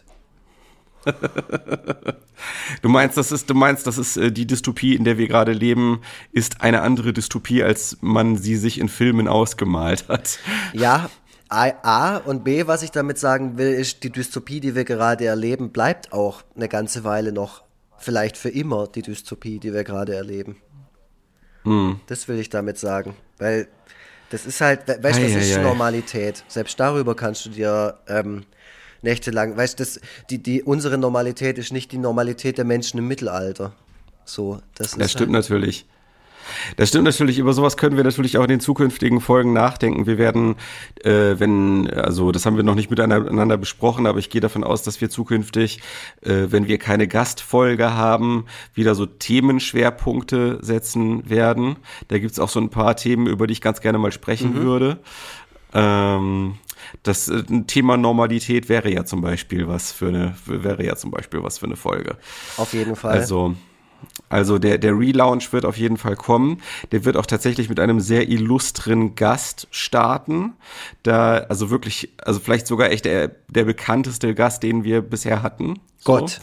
Du meinst, das ist, du meinst, das ist äh, die Dystopie, in der wir gerade leben, ist eine andere Dystopie, als man sie sich in Filmen ausgemalt hat. Ja, A, A und B, was ich damit sagen will, ist, die Dystopie, die wir gerade erleben, bleibt auch eine ganze Weile noch, vielleicht für immer, die Dystopie, die wir gerade erleben. Hm. Das will ich damit sagen, weil das ist halt, weißt du, das ei, ist ei, ei. Normalität. Selbst darüber kannst du dir ähm, nächtelang, weißt du, die, die, unsere Normalität ist nicht die Normalität der Menschen im Mittelalter. So, das ist Das stimmt halt natürlich. Das stimmt natürlich, über sowas können wir natürlich auch in den zukünftigen Folgen nachdenken. Wir werden, äh, wenn, also das haben wir noch nicht miteinander besprochen, aber ich gehe davon aus, dass wir zukünftig, äh, wenn wir keine Gastfolge haben, wieder so Themenschwerpunkte setzen werden. Da gibt's auch so ein paar Themen, über die ich ganz gerne mal sprechen mhm. würde. Ähm, das äh, Thema Normalität wäre ja zum Beispiel was für eine, wäre ja zum Beispiel was für eine Folge. Auf jeden Fall. Also Also der, der Relaunch wird auf jeden Fall kommen. Der wird auch tatsächlich mit einem sehr illustren Gast starten. Da, also wirklich, also vielleicht sogar echt der, der bekannteste Gast, den wir bisher hatten. So. Gott.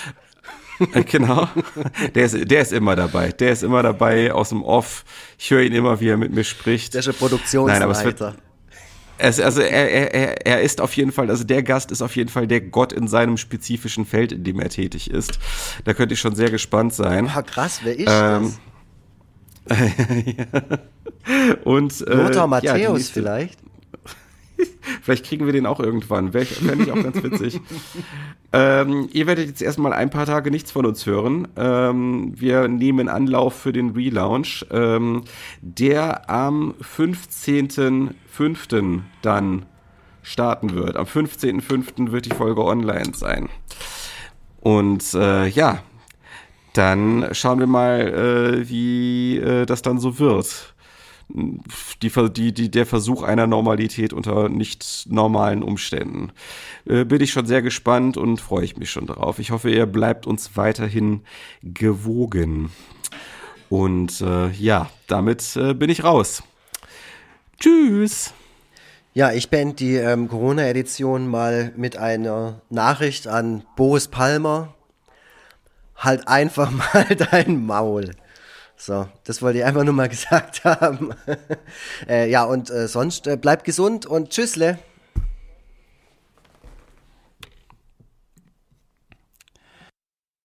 Genau. Der ist, der ist immer dabei. Der ist immer dabei aus dem Off. Ich höre ihn immer, wie er mit mir spricht. Der ist ein Produktionsleiter. Nein, aber es wird, Es, also er, er, er ist auf jeden Fall, also der Gast ist auf jeden Fall der Gott in seinem spezifischen Feld, in dem er tätig ist. Da könnte ich schon sehr gespannt sein. Oh, krass, wer ist ähm, das? ja. Und, äh, Lothar Matthäus ja, nächste, vielleicht? Vielleicht kriegen wir den auch irgendwann. Fände ich auch ganz witzig. ähm, ihr werdet jetzt erstmal ein paar Tage nichts von uns hören. Ähm, wir nehmen Anlauf für den Relaunch, ähm, der am fünfzehnten fünften dann starten wird. Am fünfzehnten fünften wird die Folge online sein. Und äh, ja, dann schauen wir mal, äh, wie äh, das dann so wird. Die, die, die, der Versuch einer Normalität unter nicht normalen Umständen. Äh, bin ich schon sehr gespannt und freue ich mich schon drauf. Ich hoffe, ihr bleibt uns weiterhin gewogen. Und äh, ja, damit äh, bin ich raus. Tschüss. Ja, ich beende die ähm, Corona-Edition mal mit einer Nachricht an Boris Palmer. Halt einfach mal dein Maul. So, das wollte ich einfach nur mal gesagt haben. äh, ja, und äh, sonst äh, bleibt gesund und tschüssle.